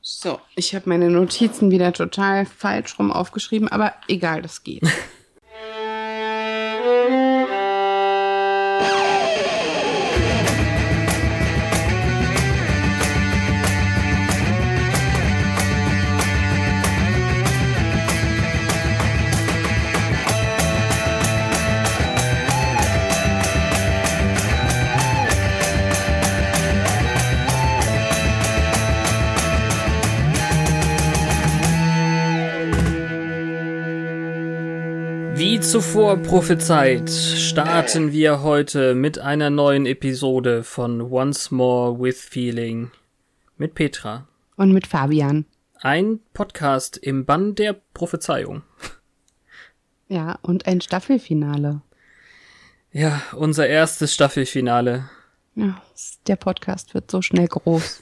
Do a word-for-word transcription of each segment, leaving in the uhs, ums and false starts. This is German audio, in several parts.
So, ich habe meine Notizen wieder total falsch rum aufgeschrieben, aber egal, das geht. Wie zuvor prophezeit, starten wir heute mit einer neuen Episode von Once More with Feeling mit Petra. Und mit Fabian. Ein Podcast im Bann der Prophezeiung. Ja, und ein Staffelfinale. Ja, unser erstes Staffelfinale. Ja, der Podcast wird so schnell groß.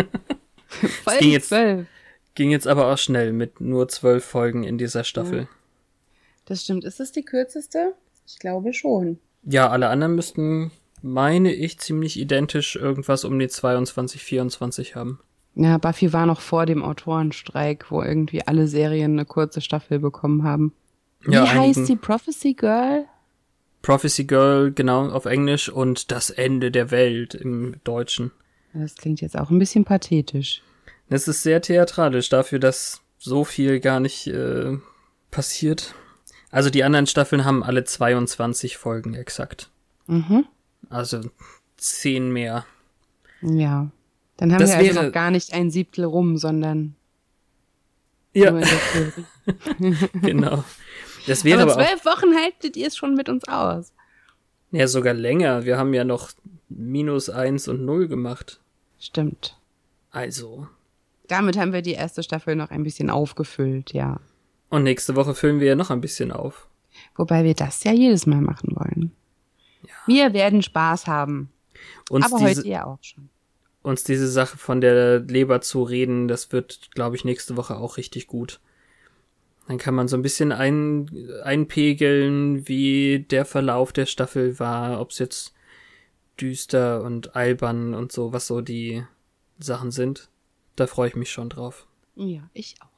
Es ging jetzt, ging jetzt aber auch schnell mit nur zwölf Folgen in dieser Staffel. Ja. Das stimmt. Ist das die kürzeste? Ich glaube schon. Ja, alle anderen müssten, meine ich, ziemlich identisch irgendwas um die zweiundzwanzig, vierundzwanzig haben. Ja, Buffy war noch vor dem Autorenstreik, wo irgendwie alle Serien eine kurze Staffel bekommen haben. Wie ja, heißt sie? Prophecy Girl? Prophecy Girl, genau, auf Englisch, und Das Ende der Welt im Deutschen. Das klingt jetzt auch ein bisschen pathetisch. Das ist sehr theatralisch dafür, dass so viel gar nicht äh, passiert. Also die anderen Staffeln haben alle zweiundzwanzig Folgen exakt. Mhm. Also zehn mehr. Ja. Dann haben das wir also wäre, noch gar nicht ein Siebtel rum, sondern ja. nur in der Theorie. Genau. Das wäre aber, aber zwölf auch, Wochen haltet ihr es schon mit uns aus. Ja, sogar länger. Wir haben ja noch minus eins und null gemacht. Stimmt. Also. Damit haben wir die erste Staffel noch ein bisschen aufgefüllt, ja. Und nächste Woche füllen wir ja noch ein bisschen auf. Wobei wir das ja jedes Mal machen wollen. Ja. Wir werden Spaß haben. Uns aber diese, heute ja auch schon. Uns diese Sache von der Leber zu reden, das wird, glaube ich, nächste Woche auch richtig gut. Dann kann man so ein bisschen ein, einpegeln, wie der Verlauf der Staffel war, ob es jetzt düster und albern und so, was so die Sachen sind. Da freue ich mich schon drauf. Ja, ich auch.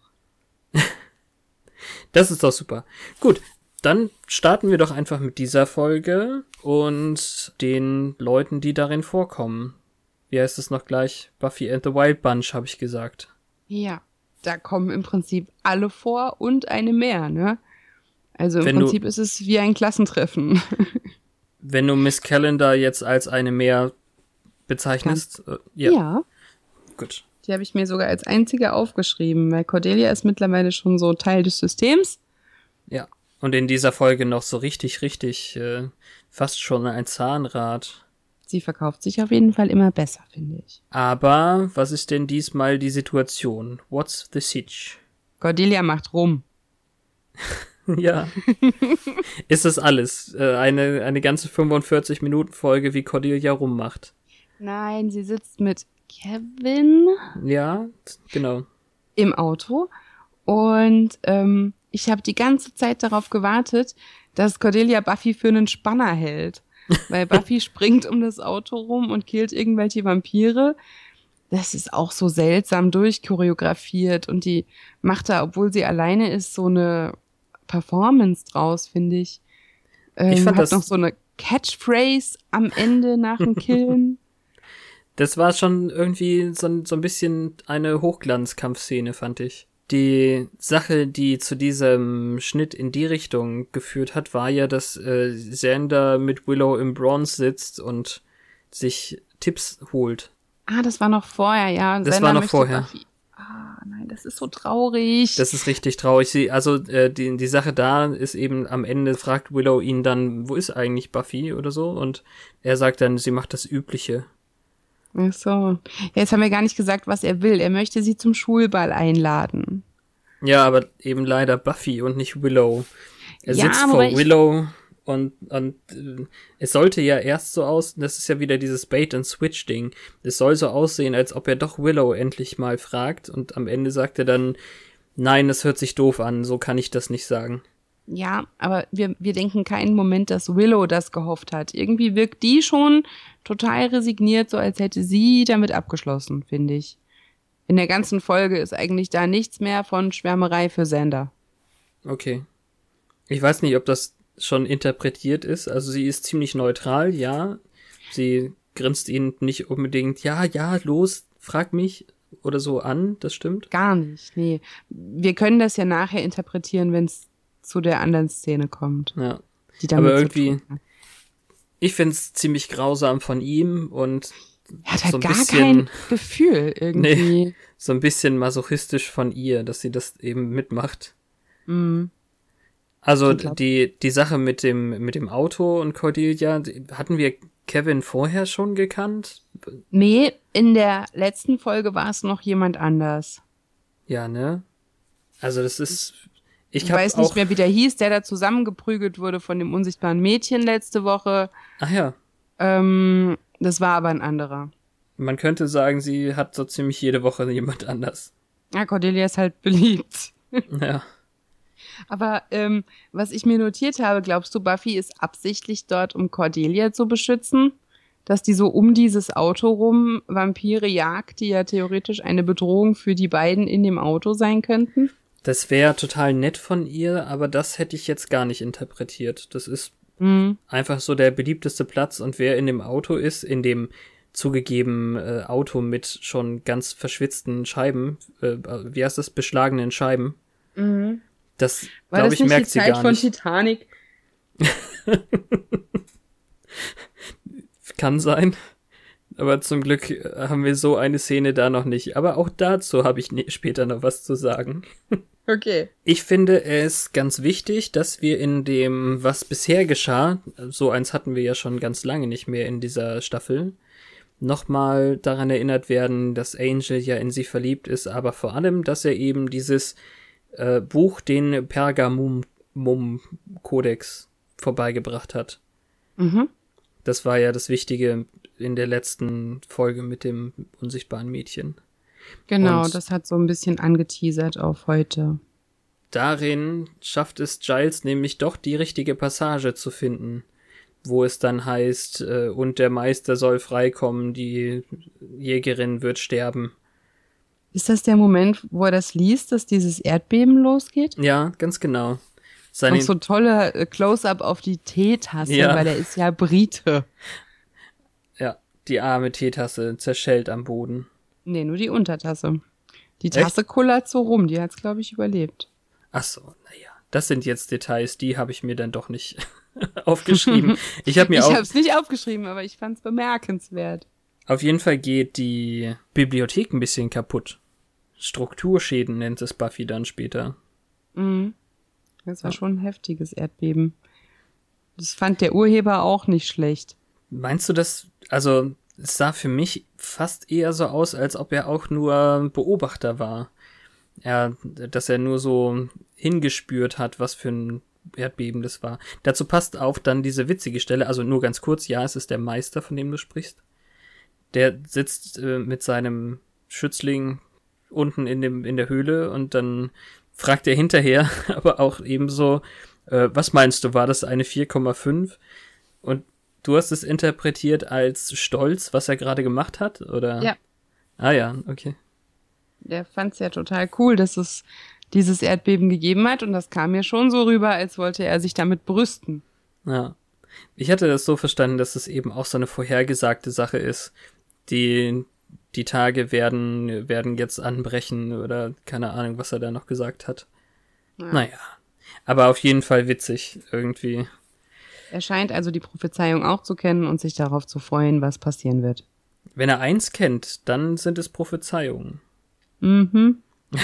Das ist doch super. Gut, dann starten wir doch einfach mit dieser Folge und den Leuten, die darin vorkommen. Wie heißt es noch gleich? Buffy and the Wild Bunch, habe ich gesagt. Ja, da kommen im Prinzip alle vor und eine mehr, ne? Also im Wenn Prinzip du, ist es wie ein Klassentreffen. Wenn du Miss Calendar jetzt als eine mehr bezeichnest? Äh, ja. Ja. Gut. Die habe ich mir sogar als einzige aufgeschrieben, weil Cordelia ist mittlerweile schon so Teil des Systems. Ja, und in dieser Folge noch so richtig, richtig, äh, fast schon ein Zahnrad. Sie verkauft sich auf jeden Fall immer besser, finde ich. Aber was ist denn diesmal die Situation? What's the sitch? Cordelia macht rum. Ja. Ist das alles? Äh, eine, eine ganze fünfundvierzig Minuten Folge, wie Cordelia rummacht? Nein, sie sitzt mit Kevin. Ja, genau. Im Auto. Und ähm, ich habe die ganze Zeit darauf gewartet, dass Cordelia Buffy für einen Spanner hält. Weil Buffy springt um das Auto rum und killt irgendwelche Vampire. Das ist auch so seltsam durchchoreografiert. Und die macht da, obwohl sie alleine ist, so eine Performance draus, finde ich. Ähm, ich fand hat das noch so eine Catchphrase am Ende nach dem Killen. Das war schon irgendwie so, so ein bisschen eine Hochglanzkampfszene, fand ich. Die Sache, die zu diesem Schnitt in die Richtung geführt hat, war ja, dass äh, Xander mit Willow im Bronze sitzt und sich Tipps holt. Ah, das war noch vorher, ja. Das Xander war noch möchte vorher. Buffy. Ah, nein, das ist so traurig. Das ist richtig traurig. Sie, also äh, die, die Sache da ist eben, am Ende fragt Willow ihn dann, wo ist eigentlich Buffy oder so? Und er sagt dann, sie macht das Übliche. Ach so. Ja, jetzt haben wir gar nicht gesagt, was er will. Er möchte sie zum Schulball einladen. Ja, aber eben leider Buffy und nicht Willow. Er ja, sitzt vor Willow und, und äh, es sollte ja erst so aussehen, das ist ja wieder dieses Bait-and-Switch-Ding. Es soll so aussehen, als ob er doch Willow endlich mal fragt und am Ende sagt er dann, nein, das hört sich doof an, so kann ich das nicht sagen. Ja, aber wir, wir denken keinen Moment, dass Willow das gehofft hat. Irgendwie wirkt die schon total resigniert, so als hätte sie damit abgeschlossen, finde ich. in der ganzen Folge ist eigentlich da nichts mehr von Schwärmerei für Xander. Okay. Ich weiß nicht, ob das schon interpretiert ist. Also sie ist ziemlich neutral, ja. Sie grinst ihn nicht unbedingt, ja, ja, los, frag mich oder so an, das stimmt? Gar nicht, nee. Wir können das ja nachher interpretieren, wenn es zu der anderen Szene kommt. Ja. Die damit aber irgendwie, zu tun hat. Ich find's ziemlich grausam von ihm und er hat so halt ein gar bisschen, kein Gefühl irgendwie. Nee, so ein bisschen masochistisch von ihr, dass sie das eben mitmacht. Mhm. Also die die Sache mit dem mit dem Auto und Cordelia, hatten wir Kevin vorher schon gekannt? Nee, in der letzten Folge war es noch jemand anders. Ja, ne? Also das ist... Ich, ich weiß nicht mehr, wie der hieß, der da zusammengeprügelt wurde von dem unsichtbaren Mädchen letzte Woche. Ach ja. Ähm, das war aber ein anderer. Man könnte sagen, sie hat so ziemlich jede Woche jemand anders. Ja, Cordelia ist halt beliebt. Ja. Aber ähm, was ich mir notiert habe, glaubst du, Buffy ist absichtlich dort, um Cordelia zu beschützen? Dass die so um dieses Auto rum Vampire jagt, die ja theoretisch eine Bedrohung für die beiden in dem Auto sein könnten? Das wäre total nett von ihr, aber das hätte ich jetzt gar nicht interpretiert. Das ist mhm. einfach so der beliebteste Platz und wer in dem Auto ist, in dem zugegeben äh, Auto mit schon ganz verschwitzten Scheiben, äh, wie heißt das, beschlagenen Scheiben, mhm. das, glaube ich, merkt sie gar nicht. War das nicht die Zeit von Titanic? Kann sein. Aber zum Glück haben wir so eine Szene da noch nicht. Aber auch dazu habe ich ne- später noch was zu sagen. Okay. Ich finde es ganz wichtig, dass wir in dem, was bisher geschah, so eins hatten wir ja schon ganz lange nicht mehr in dieser Staffel, nochmal daran erinnert werden, dass Angel ja in sie verliebt ist, aber vor allem, dass er eben dieses äh, Buch, den Pergamum-Kodex vorbeigebracht hat. Mhm. Das war ja das Wichtige in der letzten Folge mit dem unsichtbaren Mädchen. Genau, Und das hat so ein bisschen angeteasert auf heute. Darin schafft es Giles nämlich doch, die richtige Passage zu finden, wo es dann heißt, äh, und der Meister soll freikommen, die Jägerin wird sterben. Ist das der Moment, wo er das liest, dass dieses Erdbeben losgeht? Ja, ganz genau. Seine Und so tolle äh, Close-up auf die Teetasse, Ja. weil er ist ja Brite. Ja, die arme Teetasse zerschellt am Boden. Nee, nur die Untertasse. Die Tasse kullert so rum, die hat's, glaube ich, überlebt. Ach so, naja, das sind jetzt Details, die habe ich mir dann doch nicht aufgeschrieben. Ich habe mir ich auch... habe es nicht aufgeschrieben, aber ich fand's bemerkenswert. Auf jeden Fall geht die Bibliothek ein bisschen kaputt. Strukturschäden nennt es Buffy dann später. Mhm. Das war schon ein heftiges Erdbeben. Das fand der Urheber auch nicht schlecht. Meinst du das, also es sah für mich fast eher so aus, als ob er auch nur Beobachter war. Er, dass er nur so hingespürt hat, was für ein Erdbeben das war. Dazu passt auch dann diese witzige Stelle, also nur ganz kurz, ja, es ist der Meister, von dem du sprichst. Der sitzt äh, mit seinem Schützling unten in dem in der Höhle und dann fragt er hinterher, aber auch ebenso, äh, was meinst du, war das eine vier Komma fünf? Und du hast es interpretiert als Stolz, was er gerade gemacht hat, oder? Ja. Ah ja, okay. Der fand's ja total cool, dass es dieses Erdbeben gegeben hat und das kam mir schon so rüber, als wollte er sich damit brüsten. Ja. Ich hatte das so verstanden, dass es eben auch so eine vorhergesagte Sache ist. Die, die Tage werden, werden jetzt anbrechen oder keine Ahnung, was er da noch gesagt hat. Ja. Naja. Aber auf jeden Fall witzig, irgendwie. Er scheint also die Prophezeiung auch zu kennen und sich darauf zu freuen, was passieren wird. Wenn er eins kennt, dann sind es Prophezeiungen. Mhm.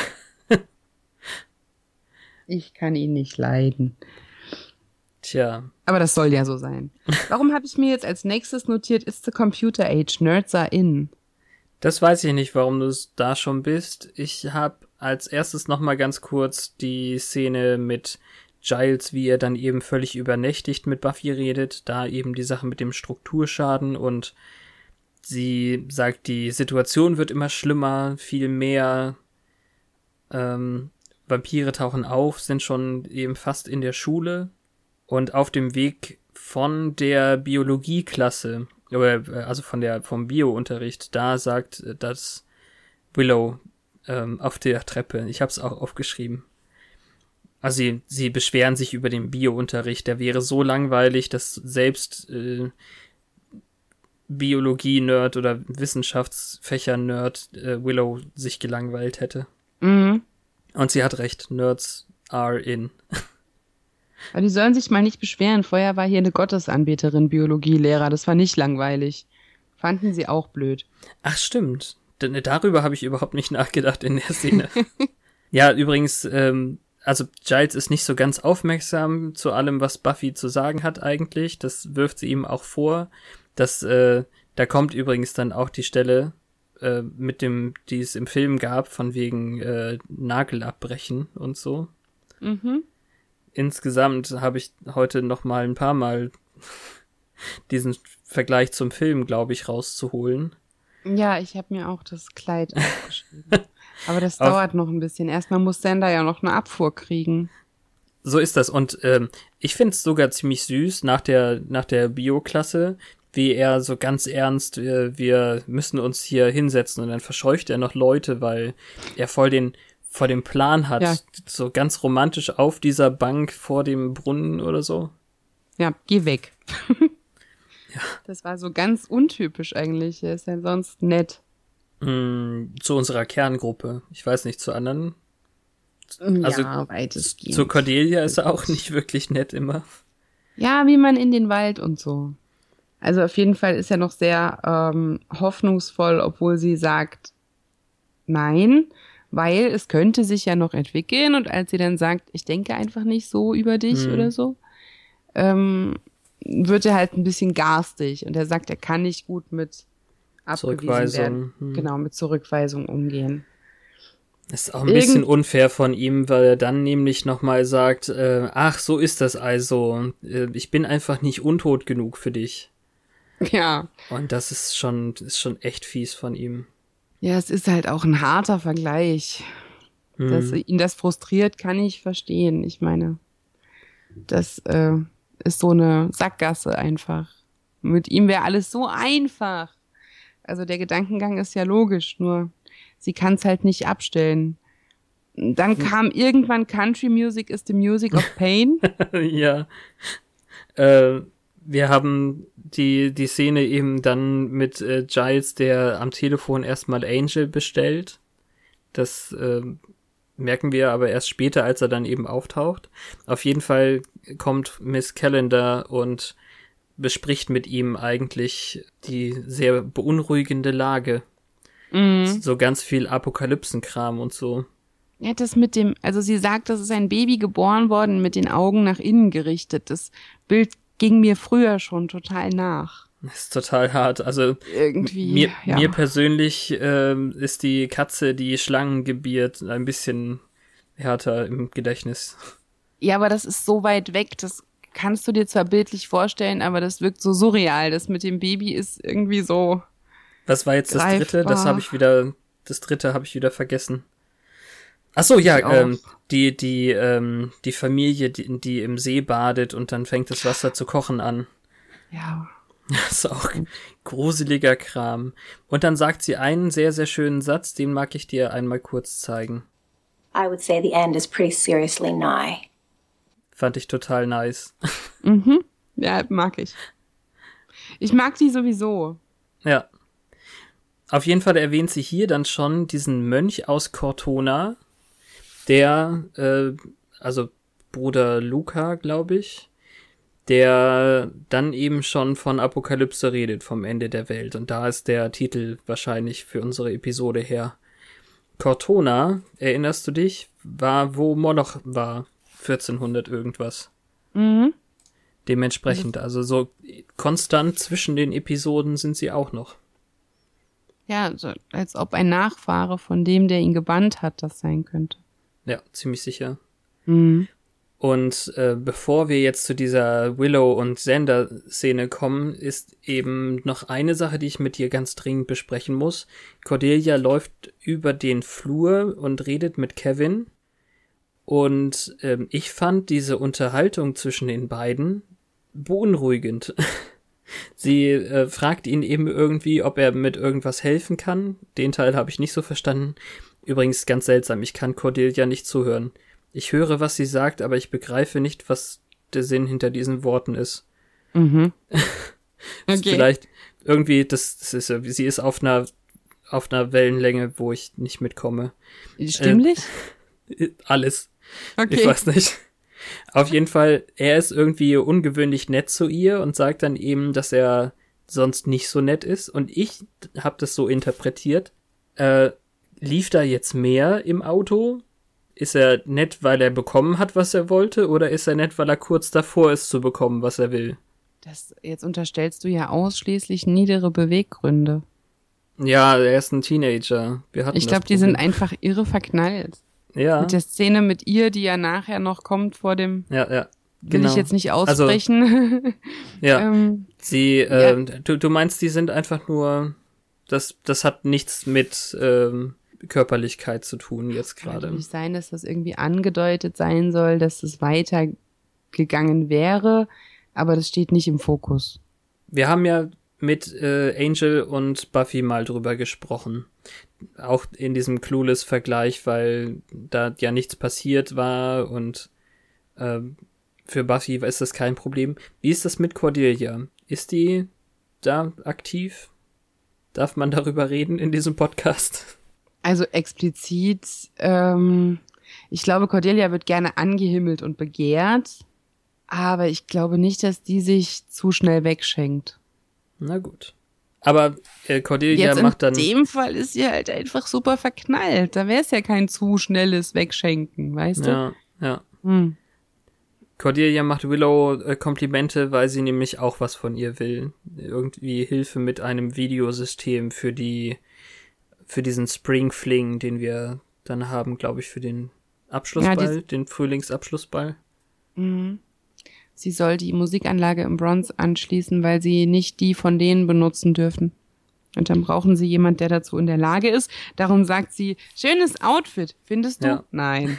Ich kann ihn nicht leiden. Tja. Aber das soll ja so sein. Warum habe ich mir jetzt als nächstes notiert, is the computer age, nerds are in? Das weiß ich nicht, warum du da schon bist. Ich habe als erstes noch mal ganz kurz die Szene mit Giles, wie er dann eben völlig übernächtigt mit Buffy redet, da eben die Sache mit dem Strukturschaden und sie sagt, die Situation wird immer schlimmer, viel mehr ähm, Vampire tauchen auf, sind schon eben fast in der Schule und auf dem Weg von der Biologieklasse, oder also von der vom Bio-Unterricht, da sagt das Willow ähm, auf der Treppe. Ich habe es auch aufgeschrieben. Also sie, sie beschweren sich über den Bio-Unterricht. Der wäre so langweilig, dass selbst äh, Biologie-Nerd oder Wissenschaftsfächer-Nerd äh, Willow sich gelangweilt hätte. Mhm. Und sie hat recht, Nerds are in. Aber die sollen sich mal nicht beschweren. Vorher war hier eine Gottesanbeterin, Biologielehrer. Das war nicht langweilig. Fanden sie auch blöd. Ach, stimmt. D- darüber habe ich überhaupt nicht nachgedacht in der Szene. Ja, übrigens, ähm, also Giles ist nicht so ganz aufmerksam zu allem, was Buffy zu sagen hat eigentlich. Das wirft sie ihm auch vor. Das, äh, da kommt übrigens dann auch die Stelle äh, mit dem, die es im Film gab, von wegen äh, Nagel abbrechen und so. Mhm. Insgesamt habe ich heute noch mal ein paar Mal diesen Vergleich zum Film, glaube ich, rauszuholen. Ja, ich habe mir auch das Kleid aufgeschrieben. Aber das Auf- dauert noch ein bisschen. Erstmal muss Sander ja noch eine Abfuhr kriegen. So ist das. Und ähm, ich finde es sogar ziemlich süß nach der, nach der Bio-Klasse, wie er so ganz ernst, äh, wir müssen uns hier hinsetzen und dann verscheucht er noch Leute, weil er voll den vor dem Plan hat, Ja. so ganz romantisch auf dieser Bank vor dem Brunnen oder so. Ja, geh weg. Ja. Das war so ganz untypisch eigentlich. Er ist ja sonst nett. Mm, zu unserer Kerngruppe. Ich weiß nicht, zu anderen. Also, ja, weitestgehend. Zu Cordelia ist er auch nicht wirklich nett immer. Ja, wie man in den Wald und so. Also auf jeden Fall ist er noch sehr ähm, hoffnungsvoll, obwohl sie sagt, nein, weil es könnte sich ja noch entwickeln. Und als sie dann sagt, ich denke einfach nicht so über dich Hm. oder so, ähm, wird er halt ein bisschen garstig. Und er sagt, er kann nicht gut mit abgewiesen werden. Zurückweisung. Hm. Genau, mit Zurückweisung umgehen. Das ist auch ein bisschen Irgend- unfair von ihm, weil er dann nämlich nochmal sagt, äh, ach, so ist das also. Äh, ich bin einfach nicht untot genug für dich. Ja. Und das ist schon, ist schon echt fies von ihm. Ja, es ist halt auch ein harter Vergleich. Hm. Dass ihn das frustriert, kann ich verstehen. Ich meine, das äh, ist so eine Sackgasse einfach. Mit ihm wäre alles so einfach. Also der Gedankengang ist ja logisch, nur sie kann es halt nicht abstellen. Dann kam irgendwann Country Music is the Music of Pain. Ja. Äh, wir haben die, die Szene eben dann mit äh, Giles, der am Telefon erstmal Angel bestellt. Das äh, merken wir aber erst später, als er dann eben auftaucht. Auf jeden Fall kommt Miss Calendar und bespricht mit ihm eigentlich die sehr beunruhigende Lage. Mhm. So ganz viel Apokalypsenkram und so. Ja, das mit dem, also sie sagt, das ist ein Baby geboren worden mit den Augen nach innen gerichtet. Das Bild ging mir früher schon total nach. Das ist total hart. Also Irgendwie, mir, ja. mir persönlich ähm, ist die Katze, die Schlangen gebiert, ein bisschen härter im Gedächtnis. Ja, aber das ist so weit weg, das kannst du dir zwar bildlich vorstellen, aber das wirkt so surreal. Das mit dem Baby ist irgendwie so. Was war jetzt das Greifbar. dritte? Das habe ich wieder, das dritte habe ich wieder vergessen. Ach so, Ich ja, auch. ähm, die, die, ähm, die Familie, die, die im See badet und dann fängt das Wasser zu kochen an. Ja. Das ist auch gruseliger Kram. Und dann sagt sie einen sehr, sehr schönen Satz, den mag ich dir einmal kurz zeigen. I would say the end is pretty seriously nigh. Fand ich total nice. Mhm. Ja, mag ich. Ich mag die sowieso. Ja. Auf jeden Fall erwähnt sie hier dann schon diesen Mönch aus Cortona, der, äh, also Bruder Luca, glaube ich, der dann eben schon von Apokalypse redet, vom Ende der Welt. Und da ist der Titel wahrscheinlich für unsere Episode her. Cortona, erinnerst du dich, war, wo Moloch war, vierzehnhundert irgendwas. Mhm. Dementsprechend, also so konstant zwischen den Episoden sind sie auch noch. Ja, so, als ob ein Nachfahre von dem, der ihn gebannt hat, das sein könnte. Ja, ziemlich sicher. Mhm. Und äh, bevor wir jetzt zu dieser Willow und Xander-Szene kommen, ist eben noch eine Sache, die ich mit dir ganz dringend besprechen muss. Cordelia läuft über den Flur und redet mit Kevin. Und ähm, ich fand diese Unterhaltung zwischen den beiden beunruhigend. Sie äh, fragt ihn eben irgendwie, ob er mit irgendwas helfen kann. Den Teil habe ich nicht so verstanden. Übrigens ganz seltsam, ich kann Cordelia nicht zuhören. Ich höre, was sie sagt, aber ich begreife nicht, was der Sinn hinter diesen Worten ist. Mhm. Okay. Okay. Vielleicht irgendwie, das, das ist, sie ist auf einer, auf einer Wellenlänge, wo ich nicht mitkomme. Stimmlich? Äh, alles. Okay. Ich weiß nicht. Auf jeden Fall, er ist irgendwie ungewöhnlich nett zu ihr und sagt dann eben, dass er sonst nicht so nett ist. Und ich habe das so interpretiert. Äh, lief da jetzt mehr im Auto? Ist er nett, weil er bekommen hat, was er wollte? Oder ist er nett, weil er kurz davor ist zu bekommen, was er will? Das, jetzt unterstellst du ja ausschließlich niedere Beweggründe. Ja, er ist ein Teenager. Wir hatten Ich glaube, das die sind Problem. einfach irre verknallt. Ja, Mit der Szene mit ihr, die ja nachher noch kommt vor dem, ja, ja. will Genau. ich jetzt nicht aussprechen. Ja, ähm, sie, ja. ähm, du, du meinst, die sind einfach nur, das, das hat nichts mit ähm, Körperlichkeit zu tun jetzt Kann gerade. natürlich sein, dass das irgendwie angedeutet sein soll, dass es weitergegangen wäre, aber das steht nicht im Fokus. Wir haben ja mit äh, Angel und Buffy mal drüber gesprochen. Auch in diesem Clueless-Vergleich, weil da ja nichts passiert war und ähm, für Buffy ist das kein Problem. Wie ist das mit Cordelia? Ist die da aktiv? Darf man darüber reden in diesem Podcast? Also explizit, ähm, ich glaube, Cordelia wird gerne angehimmelt und begehrt, aber ich glaube nicht, dass die sich zu schnell wegschenkt. Na gut. Aber äh, Cordelia Jetzt macht in dann... dem Fall ist sie halt einfach super verknallt. Da wäre es ja kein zu schnelles Wegschenken, weißt du? Ja, ja. Hm. Cordelia macht Willow äh, Komplimente, weil sie nämlich auch was von ihr will. Irgendwie Hilfe mit einem Videosystem für die, für diesen Spring Fling, den wir dann haben, glaube ich, für den Abschlussball, Ja, den Frühlingsabschlussball. Mhm. Sie soll die Musikanlage im Bronze anschließen, weil sie nicht die von denen benutzen dürfen. Und dann brauchen sie jemand, der dazu in der Lage ist. Darum sagt sie, schönes Outfit, findest du? Ja. Nein.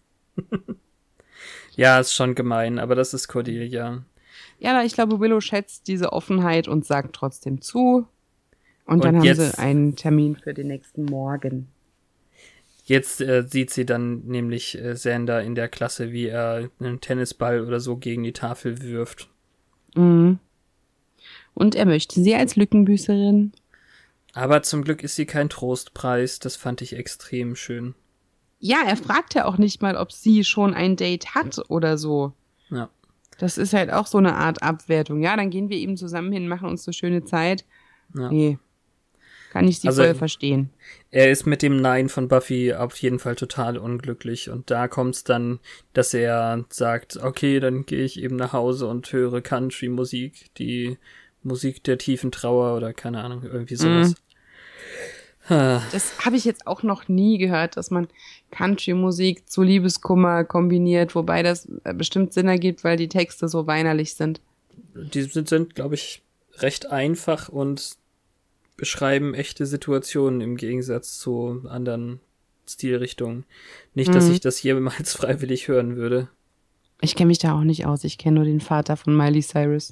Ja, ist schon gemein, aber das ist Cordelia. Ja, aber ich glaube, Willow schätzt diese Offenheit und sagt trotzdem zu. Und dann Und haben jetzt- sie einen Termin für den nächsten Morgen. Jetzt äh, sieht sie dann nämlich äh, Xander in der Klasse, wie er einen Tennisball oder so gegen die Tafel wirft. Mhm. Und er möchte sie als Lückenbüßerin. Aber zum Glück ist sie kein Trostpreis, das fand ich extrem schön. Ja, er fragt ja auch nicht mal, ob sie schon ein Date hat oder so. Ja. Das ist halt auch so eine Art Abwertung. Ja, dann gehen wir eben zusammen hin, machen uns eine schöne Zeit. Ja. Nee, kann ich sie Also- voll verstehen. Er ist mit dem Nein von Buffy auf jeden Fall total unglücklich und da kommt's dann, dass er sagt, okay, dann gehe ich eben nach Hause und höre Country-Musik, die Musik der tiefen Trauer oder keine Ahnung, irgendwie sowas. Ah, Das habe ich jetzt auch noch nie gehört, dass man Country-Musik zu Liebeskummer kombiniert, wobei das äh, bestimmt Sinn ergibt, weil die Texte so weinerlich sind. die sind, sind glaube ich, recht einfach und beschreiben echte Situationen im Gegensatz zu anderen Stilrichtungen. Nicht, dass Mhm. ich das jemals freiwillig hören würde. Ich kenne mich da auch nicht aus. Ich kenne nur den Vater von Miley Cyrus.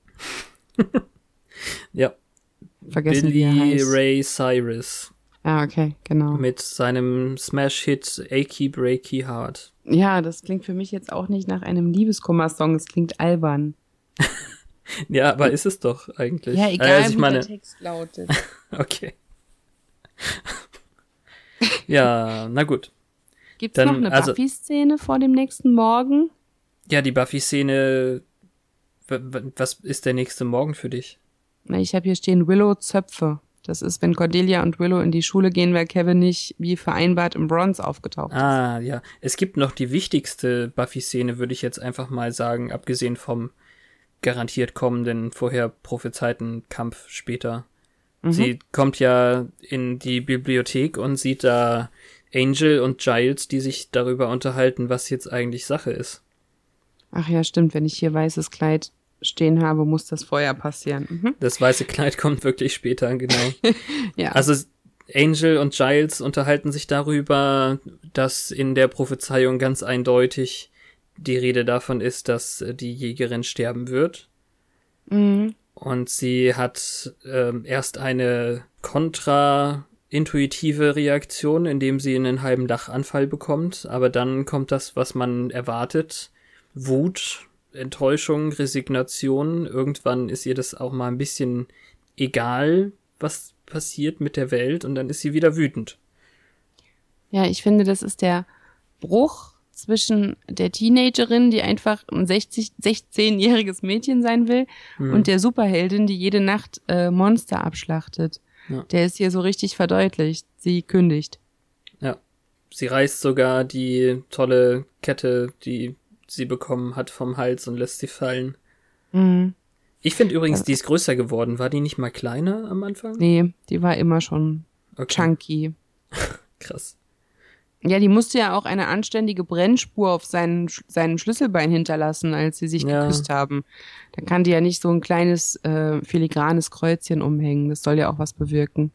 Ja, Vergessen, wie er Billy heißt. Ray Cyrus Ah, okay, genau. mit seinem Smash-Hit Achy Breaky Heart. Ja, das klingt für mich jetzt auch nicht nach einem Liebeskummer-Song. Es klingt albern. Ja, aber ist es doch eigentlich. Ja, egal, Also ich wie meine, der Text lautet. okay. Ja, na gut. Gibt's Dann, noch eine also- Buffy-Szene vor dem nächsten Morgen? Ja, die Buffy-Szene. w- w- Was ist der nächste Morgen für dich? Na, ich habe hier stehen Willow Zöpfe. Das ist, wenn Cordelia und Willow in die Schule gehen, weil Kevin nicht wie vereinbart im Bronze aufgetaucht ist. Ah, ja. Es gibt noch die wichtigste Buffy-Szene, würde ich jetzt einfach mal sagen, abgesehen vom garantiert kommenden, vorher prophezeiten Kampf später. Mhm. Sie kommt ja in die Bibliothek und sieht da Angel und Giles, die sich darüber unterhalten, was jetzt eigentlich Sache ist. Ach ja, stimmt. Wenn ich hier weißes Kleid stehen habe, muss das vorher passieren. Mhm. Das weiße Kleid kommt wirklich später, genau. Ja. Also Angel und Giles unterhalten sich darüber, dass in der Prophezeiung ganz eindeutig die Rede davon ist, dass äh, die Jägerin sterben wird. Mhm. Und sie hat ähm, erst eine intuitive Reaktion, indem sie einen halben Dachanfall bekommt, aber dann kommt das, was man erwartet. Wut, Enttäuschung, Resignation. Irgendwann ist ihr das auch mal ein bisschen egal, was passiert mit der Welt, und dann ist sie wieder wütend. Ja, ich finde, das ist der Bruch zwischen der Teenagerin, die einfach ein sechzig, sechzehnjähriges Mädchen sein will, hm. und der Superheldin, die jede Nacht äh, Monster abschlachtet. Ja. Der ist hier so richtig verdeutlicht. Sie kündigt. Ja. Sie reißt sogar die tolle Kette, die sie bekommen hat, vom Hals und lässt sie fallen. Mhm. Ich finde übrigens, ja. die ist größer geworden. War die nicht mal kleiner am Anfang? Nee, die war immer schon okay. Chunky. Krass. Ja, die musste ja auch eine anständige Brennspur auf seinen, seinem Schlüsselbein hinterlassen, als sie sich ja. geküsst haben. Da kann die ja nicht so ein kleines, äh, filigranes Kreuzchen umhängen. Das soll ja auch was bewirken.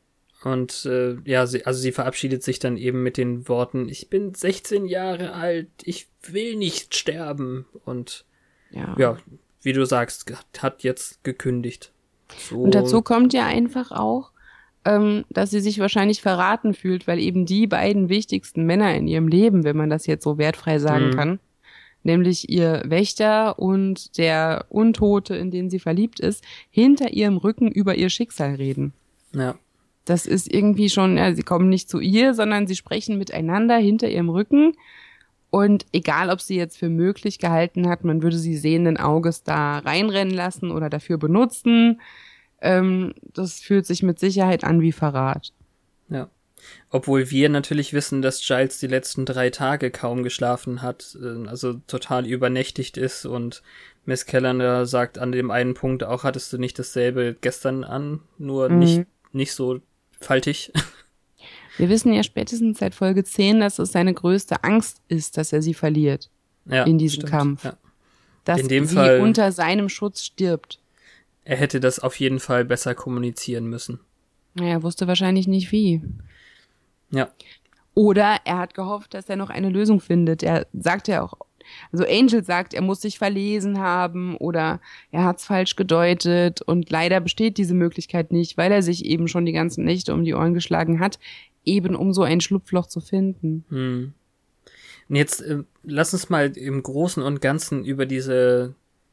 Und äh, ja, sie, also sie verabschiedet sich dann eben mit den Worten, ich bin sechzehn Jahre alt, ich will nicht sterben. Und ja, ja wie du sagst, hat jetzt gekündigt. So. Und dazu kommt ja einfach auch, ähm, dass sie sich wahrscheinlich verraten fühlt, weil eben die beiden wichtigsten Männer in ihrem Leben, wenn man das jetzt so wertfrei sagen mhm. kann, nämlich ihr Wächter und der Untote, in den sie verliebt ist, hinter ihrem Rücken über ihr Schicksal reden. Ja. Das ist irgendwie schon, ja, sie kommen nicht zu ihr, sondern sie sprechen miteinander hinter ihrem Rücken. Und egal, ob sie jetzt für möglich gehalten hat, man würde sie sehenden Auges da reinrennen lassen oder dafür benutzen, ähm, das fühlt sich mit Sicherheit an wie Verrat. Ja. Obwohl wir natürlich wissen, dass Giles die letzten drei Tage kaum geschlafen hat, also total übernächtigt ist, und Miss Callender sagt an dem einen Punkt auch, hattest du nicht dasselbe gestern an, nur mhm. nicht, nicht so faltig. Wir wissen ja spätestens seit Folge zehn, dass es seine größte Angst ist, dass er sie verliert ja, in diesem stimmt. Kampf. Ja. Dass in dem sie Fall, unter seinem Schutz stirbt. Er hätte das auf jeden Fall besser kommunizieren müssen. Er wusste wahrscheinlich nicht wie. Ja. Oder er hat gehofft, dass er noch eine Lösung findet. Er sagt ja auch, also Angel sagt, er muss sich verlesen haben oder er hat es falsch gedeutet, und leider besteht diese Möglichkeit nicht, weil er sich eben schon die ganzen Nächte um die Ohren geschlagen hat, eben um so ein Schlupfloch zu finden. Hm. Und jetzt äh, lass uns mal im Großen und Ganzen über diese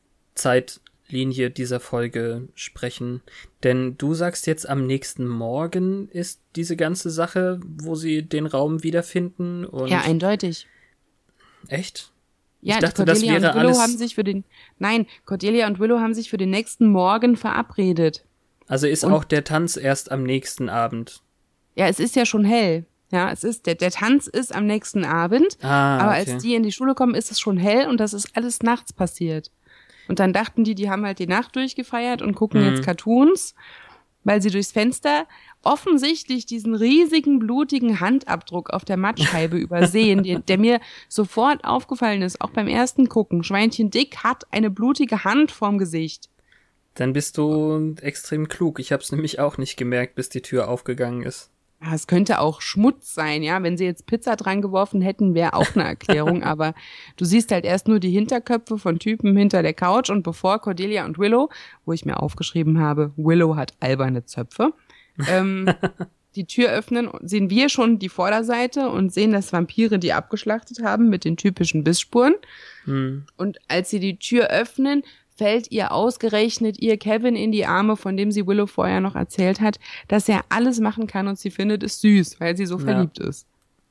Zeitlinie dieser Folge sprechen. Denn du sagst jetzt, am nächsten Morgen ist diese ganze Sache, wo sie den Raum wiederfinden. Und ja, eindeutig. Echt? Ja, ich dachte, Cordelia das wäre und Willow alles... haben sich für den, nein, Cordelia und Willow haben sich für den nächsten Morgen verabredet. Also ist und auch der Tanz erst am nächsten Abend. Ja, es ist ja schon hell. Ja, es ist, der, der Tanz ist am nächsten Abend. Ah, aber okay. als die in die Schule kommen, ist es schon hell, und das ist alles nachts passiert. Und dann dachten die, die haben halt die Nacht durchgefeiert und gucken hm. jetzt Cartoons, weil sie durchs Fenster offensichtlich diesen riesigen, blutigen Handabdruck auf der Mattscheibe übersehen, die, der mir sofort aufgefallen ist, auch beim ersten Gucken. Schweinchen Dick hat eine blutige Hand vorm Gesicht. Dann bist du extrem klug. Ich hab's nämlich auch nicht gemerkt, bis die Tür aufgegangen ist. Ja, es könnte auch Schmutz sein, ja. Wenn sie jetzt Pizza dran geworfen hätten, wäre auch eine Erklärung. Aber du siehst halt erst nur die Hinterköpfe von Typen hinter der Couch, und bevor Cordelia und Willow, wo ich mir aufgeschrieben habe, Willow hat alberne Zöpfe, ähm, die Tür öffnen, sehen wir schon die Vorderseite und sehen, dass Vampire die abgeschlachtet haben mit den typischen Bissspuren. Hm. Und als sie die Tür öffnen, fällt ihr ausgerechnet ihr Kevin in die Arme, von dem sie Willow vorher noch erzählt hat, dass er alles machen kann, und sie findet es süß, weil sie so ja. verliebt ist.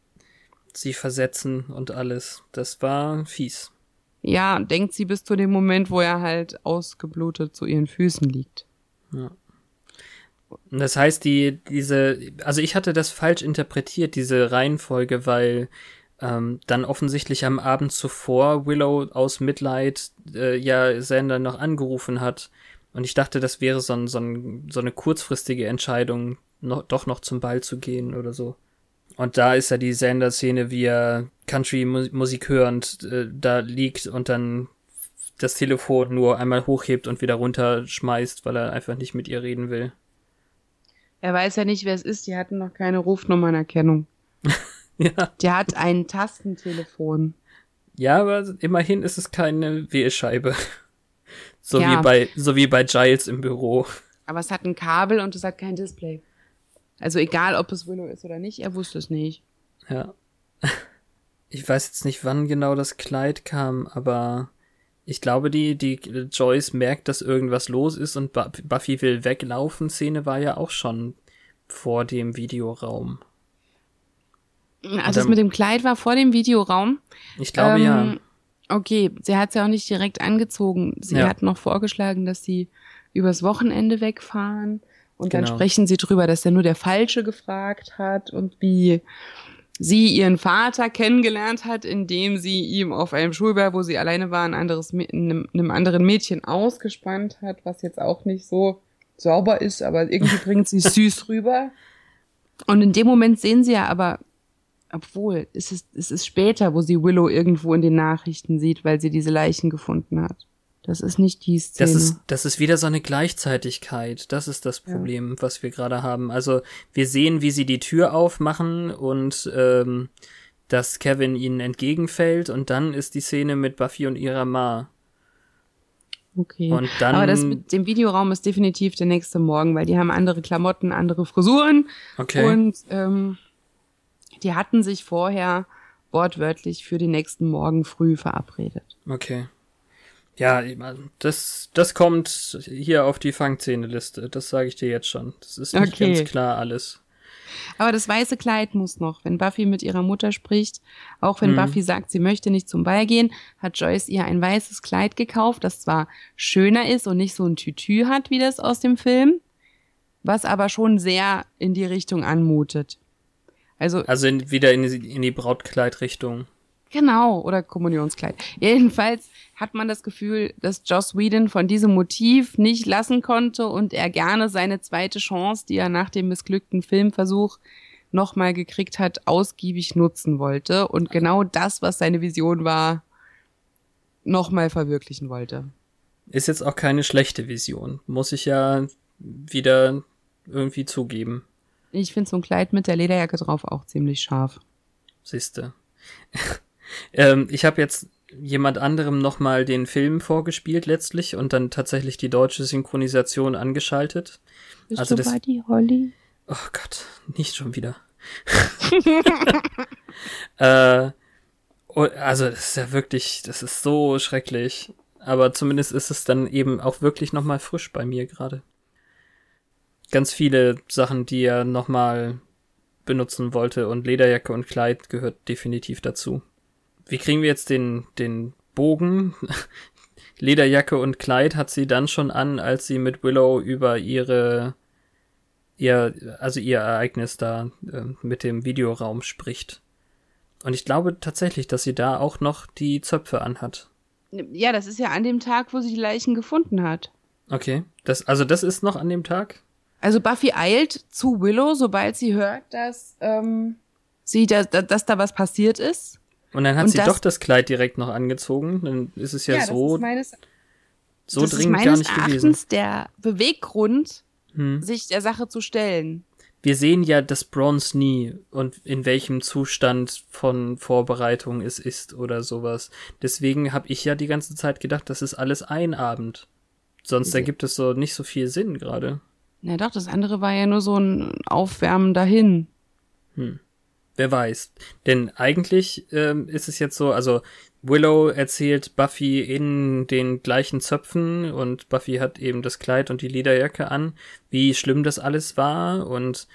Sie versetzen und alles. Das war fies. Ja, denkt sie bis zu dem Moment, wo er halt ausgeblutet zu ihren Füßen liegt. Ja. Und das heißt, die, diese, also ich hatte das falsch interpretiert, diese Reihenfolge, weil ähm, dann offensichtlich am Abend zuvor Willow aus Mitleid äh, ja Xander noch angerufen hat. Und ich dachte, das wäre so, ein, so, ein, so eine kurzfristige Entscheidung, noch, doch noch zum Ball zu gehen oder so. Und da ist ja die Xander-Szene, wie er Country-Musik hörend äh, da liegt und dann das Telefon nur einmal hochhebt und wieder runterschmeißt, weil er einfach nicht mit ihr reden will. Er weiß ja nicht, wer es ist. Die hatten noch keine Rufnummernerkennung. Ja. Der hat ein Tastentelefon. Ja, aber immerhin ist es keine Wählscheibe. So, ja. wie bei, so wie bei Giles im Büro. Aber es hat ein Kabel und es hat kein Display. Also egal, ob es Willow ist oder nicht, er wusste es nicht. Ja. Ich weiß jetzt nicht, wann genau das Kleid kam, aber ich glaube, die, die Joyce merkt, dass irgendwas los ist und Buffy will weglaufen. Szene war ja auch schon vor dem Videoraum. Also das mit dem Kleid war vor dem Videoraum. Ich glaube, ähm, ja. Okay, sie hat es ja auch nicht direkt angezogen. Sie Ja. hat noch vorgeschlagen, dass sie übers Wochenende wegfahren. Und Genau. dann sprechen sie drüber, dass er nur der Falsche gefragt hat und wie sie ihren Vater kennengelernt hat, indem sie ihm auf einem Schulberg, wo sie alleine war, ein anderes, einem, einem anderen Mädchen ausgespannt hat, was jetzt auch nicht so sauber ist, aber irgendwie bringt sie süß rüber. Und in dem Moment sehen sie ja aber, obwohl, es ist, es ist später, wo sie Willow irgendwo in den Nachrichten sieht, weil sie diese Leichen gefunden hat. Das ist nicht die Szene. Das ist, das ist wieder so eine Gleichzeitigkeit. Das ist das Problem, ja. was wir gerade haben. Also wir sehen, wie sie die Tür aufmachen und ähm, dass Kevin ihnen entgegenfällt und dann ist die Szene mit Buffy und ihrer Ma. Okay, und dann, aber das mit dem Videoraum ist definitiv der nächste Morgen, weil die haben andere Klamotten, andere Frisuren. Okay. Und ähm, die hatten sich vorher wortwörtlich für den nächsten Morgen früh verabredet. Okay. Ja, das, das kommt hier auf die Fangszene-Liste. Das sage ich dir jetzt schon. Das ist nicht Okay. ganz klar alles. Aber das weiße Kleid muss noch. Wenn Buffy mit ihrer Mutter spricht, auch wenn Mhm. Buffy sagt, sie möchte nicht zum Ball gehen, hat Joyce ihr ein weißes Kleid gekauft, das zwar schöner ist und nicht so ein Tütü hat, wie das aus dem Film, was aber schon sehr in die Richtung anmutet. Also, Also in, wieder in, in die Brautkleidrichtung. Genau, oder Kommunionskleid. Jedenfalls hat man das Gefühl, dass Joss Whedon von diesem Motiv nicht lassen konnte und er gerne seine zweite Chance, die er nach dem missglückten Filmversuch nochmal gekriegt hat, ausgiebig nutzen wollte und genau das, was seine Vision war, nochmal verwirklichen wollte. Ist jetzt auch keine schlechte Vision. Muss ich ja wieder irgendwie zugeben. Ich finde so ein Kleid mit der Lederjacke drauf auch ziemlich scharf. Siehste. ähm, ich habe jetzt jemand anderem nochmal den Film vorgespielt letztlich und dann tatsächlich die deutsche Synchronisation angeschaltet. Bist also du das, bei die Holly? Oh Gott, nicht schon wieder. äh, also das ist ja wirklich, das ist so schrecklich. Aber zumindest ist es dann eben auch wirklich nochmal frisch bei mir gerade. Ganz viele Sachen, die er nochmal benutzen wollte und Lederjacke und Kleid gehört definitiv dazu. Wie kriegen wir jetzt den, den Bogen? Lederjacke und Kleid hat sie dann schon an, als sie mit Willow über ihre, ihr, also ihr Ereignis da äh, mit dem Videoraum spricht. Und ich glaube tatsächlich, dass sie da auch noch die Zöpfe anhat. Ja, das ist ja an dem Tag, wo sie die Leichen gefunden hat. Okay, das, also das ist noch an dem Tag? Also Buffy eilt zu Willow, sobald sie hört, dass ähm, sie da, da, dass da was passiert ist. Und dann hat Und sie das, doch das Kleid direkt noch angezogen. Dann ist es ja, ja so, das ist meines, so das dringend ist gar meines nicht Erachtens gewesen. Der Beweggrund, Hm. sich der Sache zu stellen. Wir sehen ja das Bronze nie und in welchem Zustand von Vorbereitung es ist oder sowas. Deswegen habe ich ja die ganze Zeit gedacht, das ist alles ein Abend. Sonst Ja. ergibt es so nicht so viel Sinn gerade. Na doch, das andere war ja nur so ein Aufwärmen dahin. Hm. Wer weiß. Denn eigentlich ähm, ist es jetzt so, also Willow erzählt Buffy in den gleichen Zöpfen und Buffy hat eben das Kleid und die Lederjacke an, wie schlimm das alles war und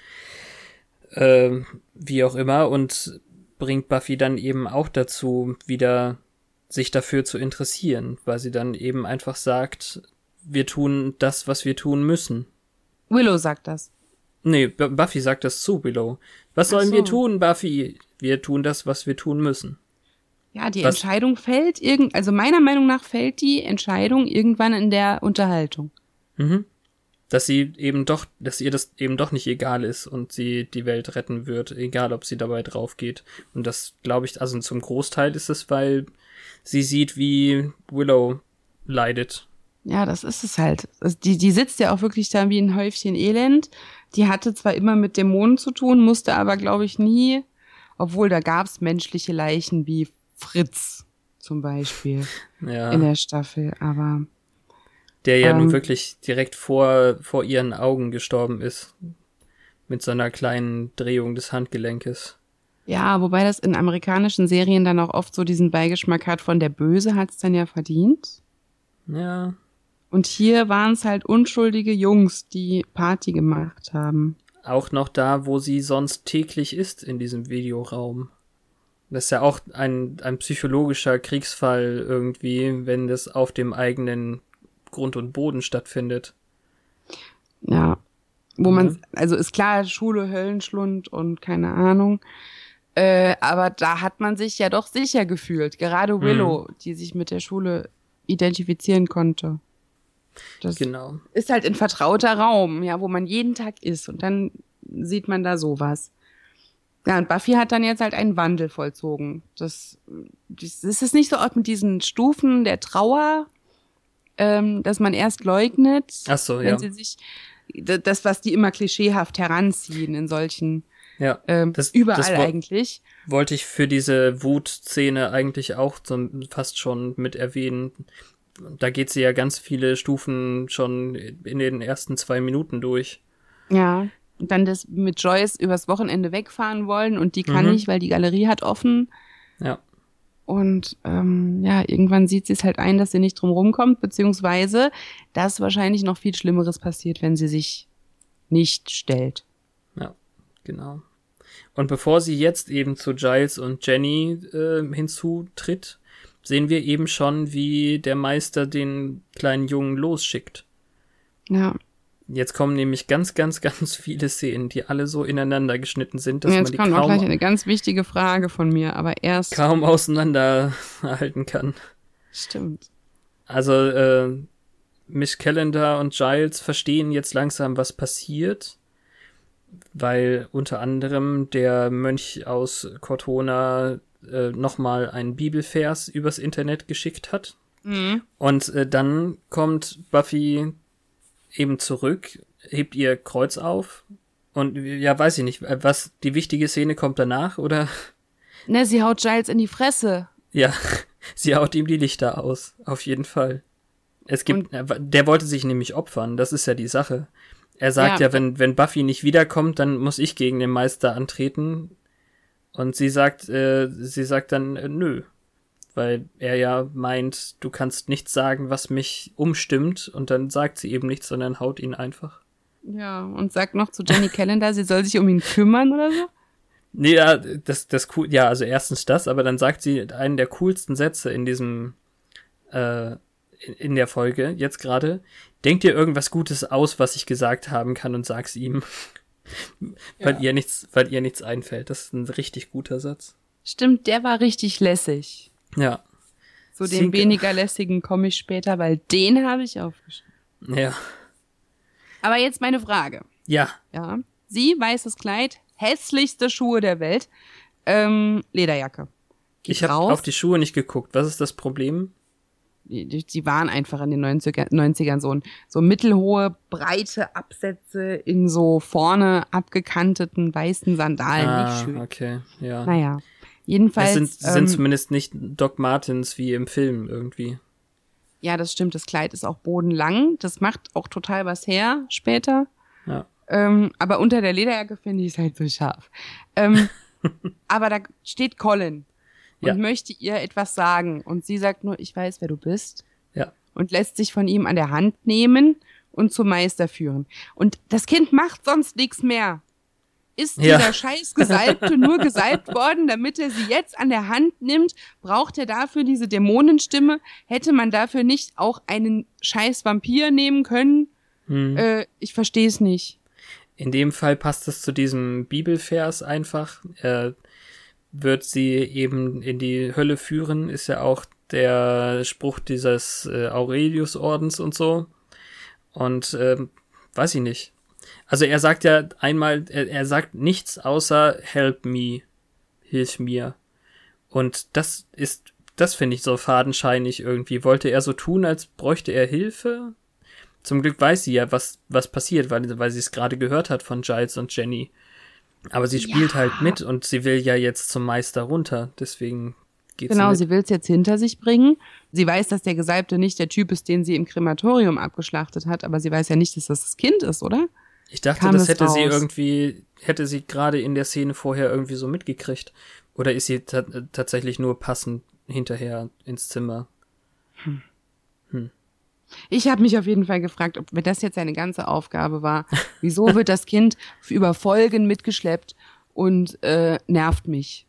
äh, wie auch immer und bringt Buffy dann eben auch dazu, wieder sich dafür zu interessieren, weil sie dann eben einfach sagt, wir tun das, was wir tun müssen. Willow sagt das. Nee, B- Buffy sagt das zu Willow. Was sollen Ach so. wir tun, Buffy? Wir tun das, was wir tun müssen. Ja, die Was? Entscheidung fällt irgend, also meiner Meinung nach fällt die Entscheidung irgendwann in der Unterhaltung. Mhm. Dass sie eben doch, dass ihr das eben doch nicht egal ist und sie die Welt retten wird, egal ob sie dabei drauf geht. Und das glaube ich, also zum Großteil ist es, weil sie sieht, wie Willow leidet. Ja, das ist es halt. Also die, die sitzt ja auch wirklich da wie ein Häufchen Elend. Die hatte zwar immer mit Dämonen zu tun, musste aber, glaube ich, nie, obwohl da gab's menschliche Leichen wie Fritz zum Beispiel Ja. in der Staffel, aber Der ja ähm, nun wirklich direkt vor, vor ihren Augen gestorben ist. mit so einer kleinen Drehung des Handgelenkes. Ja, wobei das in amerikanischen Serien dann auch oft so diesen Beigeschmack hat von der Böse hat's dann ja verdient. Ja. Und hier waren es halt unschuldige Jungs, die Party gemacht haben. Auch noch da, wo sie sonst täglich ist in diesem Videoraum. Das ist ja auch ein, ein psychologischer Kriegsfall irgendwie, wenn das auf dem eigenen Grund und Boden stattfindet. Ja, wo man, Ja. also ist klar, Schule, Höllenschlund und keine Ahnung. Äh, aber da hat man sich ja doch sicher gefühlt. Gerade Willow, Mhm. die sich mit der Schule identifizieren konnte. Das Genau. ist halt ein vertrauter Raum, ja, wo man jeden Tag ist. Und dann sieht man da sowas. Ja, und Buffy hat dann jetzt halt einen Wandel vollzogen. Das, das ist es nicht so oft mit diesen Stufen der Trauer, ähm, dass man erst leugnet, Ach so, wenn ja. sie sich, das, was die immer klischeehaft heranziehen in solchen, Ja, ähm, das, überall das wo- eigentlich. wollte ich für diese Wutszene eigentlich auch so fast schon mit erwähnen. Da geht sie ja ganz viele Stufen schon in den ersten zwei Minuten durch. Ja. Und dann das mit Joyce übers Wochenende wegfahren wollen und die kann Mhm. nicht, weil die Galerie hat offen. Ja. Und ähm, ja, irgendwann sieht sie es halt ein, dass sie nicht drum rumkommt, beziehungsweise dass wahrscheinlich noch viel Schlimmeres passiert, wenn sie sich nicht stellt. Ja, genau. Und bevor sie jetzt eben zu Giles und Jenny äh, hinzutritt, sehen wir eben schon, wie der Meister den kleinen Jungen losschickt. Ja. Jetzt kommen nämlich ganz, ganz, ganz viele Szenen, die alle so ineinander geschnitten sind, dass Und man jetzt die kommt auch gleich kaum, eine ganz wichtige Frage von mir, aber erst. kaum auseinanderhalten kann. Stimmt. Also, äh, Miss Calendar und Giles verstehen jetzt langsam, was passiert, weil unter anderem der Mönch aus Cortona äh, nochmal einen Bibelvers übers Internet geschickt hat. Mhm. Und äh, dann kommt Buffy eben zurück, hebt ihr Kreuz auf und ja, weiß ich nicht, was, die wichtige Szene kommt danach, oder? Ne, sie haut Giles in die Fresse. Ja, sie haut ihm die Lichter aus, auf jeden Fall. Es gibt, der wollte sich nämlich opfern, das ist ja die Sache. Er sagt Ja. ja, wenn, wenn Buffy nicht wiederkommt, dann muss ich gegen den Meister antreten. Und sie sagt, äh, sie sagt dann, äh, nö. Weil er ja meint, du kannst nichts sagen, was mich umstimmt. Und dann sagt sie eben nichts, sondern haut ihn einfach. Ja, und sagt noch zu Jenny Calendar, sie soll sich um ihn kümmern oder so. Nee, ja, das, das cool, ja, also erstens das, aber dann sagt sie einen der coolsten Sätze in diesem, äh, in, in der Folge, jetzt gerade. Denk dir irgendwas Gutes aus, was ich gesagt haben kann und sag's ihm. weil Ja. ihr nichts, weil ihr nichts einfällt. Das ist ein richtig guter Satz. Stimmt, der war richtig lässig. Ja. Zu dem Sinke- weniger lässigen komme ich später, weil den habe ich aufgeschrieben. Ja. Aber jetzt meine Frage. Ja. Ja, sie, weißes Kleid, hässlichste Schuhe der Welt, ähm, Lederjacke. Geht Ich habe raus. auf die Schuhe nicht geguckt. Was ist das Problem? Die, die die waren einfach in den neunziger, neunzigern so, ein, so mittelhohe, breite Absätze in so vorne abgekanteten weißen Sandalen. ah, Nicht schön. okay, ja. Naja, jedenfalls. Es sind, sind ähm, zumindest nicht Doc Martens wie im Film irgendwie. ja, das stimmt, das Kleid ist auch bodenlang. Das macht auch total was her später. Ja. Ähm, aber unter der Lederjacke finde ich es halt so scharf. Ähm, aber da steht Colin und Ja. möchte ihr etwas sagen. Und sie sagt nur, ich weiß, wer du bist. Ja. Und lässt sich von ihm an der Hand nehmen und zum Meister führen. Und das Kind macht sonst nichts mehr. Ist Ja. dieser scheiß Gesalbte nur gesalbt worden, damit er sie jetzt an der Hand nimmt? Braucht er dafür diese Dämonenstimme? Hätte man dafür nicht auch einen scheiß Vampir nehmen können? Hm. Äh, ich verstehe es nicht. In dem Fall passt es zu diesem Bibelvers einfach. Er wird sie eben in die Hölle führen, ist ja auch der Spruch dieses äh, Aurelius-Ordens und so. Und ähm, weiß ich nicht. Also er sagt ja einmal, er, er sagt nichts außer help me, hilf mir. Und das ist, das finde ich so fadenscheinig irgendwie. Wollte er so tun, als bräuchte er Hilfe? Zum Glück weiß sie ja, was, was passiert, weil, weil sie es gerade gehört hat von Giles und Jenny. Aber sie spielt Ja. halt mit und sie will ja jetzt zum Meister runter. Deswegen geht's Genau, mit. sie will es jetzt hinter sich bringen. Sie weiß, dass der Gesalbte nicht der Typ ist, den sie im Krematorium abgeschlachtet hat, aber sie weiß ja nicht, dass das das Kind ist, oder? Ich dachte, kam das es hätte raus. sie irgendwie, hätte sie gerade in der Szene vorher irgendwie so mitgekriegt. Oder ist sie ta- tatsächlich nur passend hinterher ins Zimmer? Ich habe mich auf jeden Fall gefragt, ob wenn das jetzt seine ganze Aufgabe war, wieso wird das Kind über Folgen mitgeschleppt und äh, nervt mich?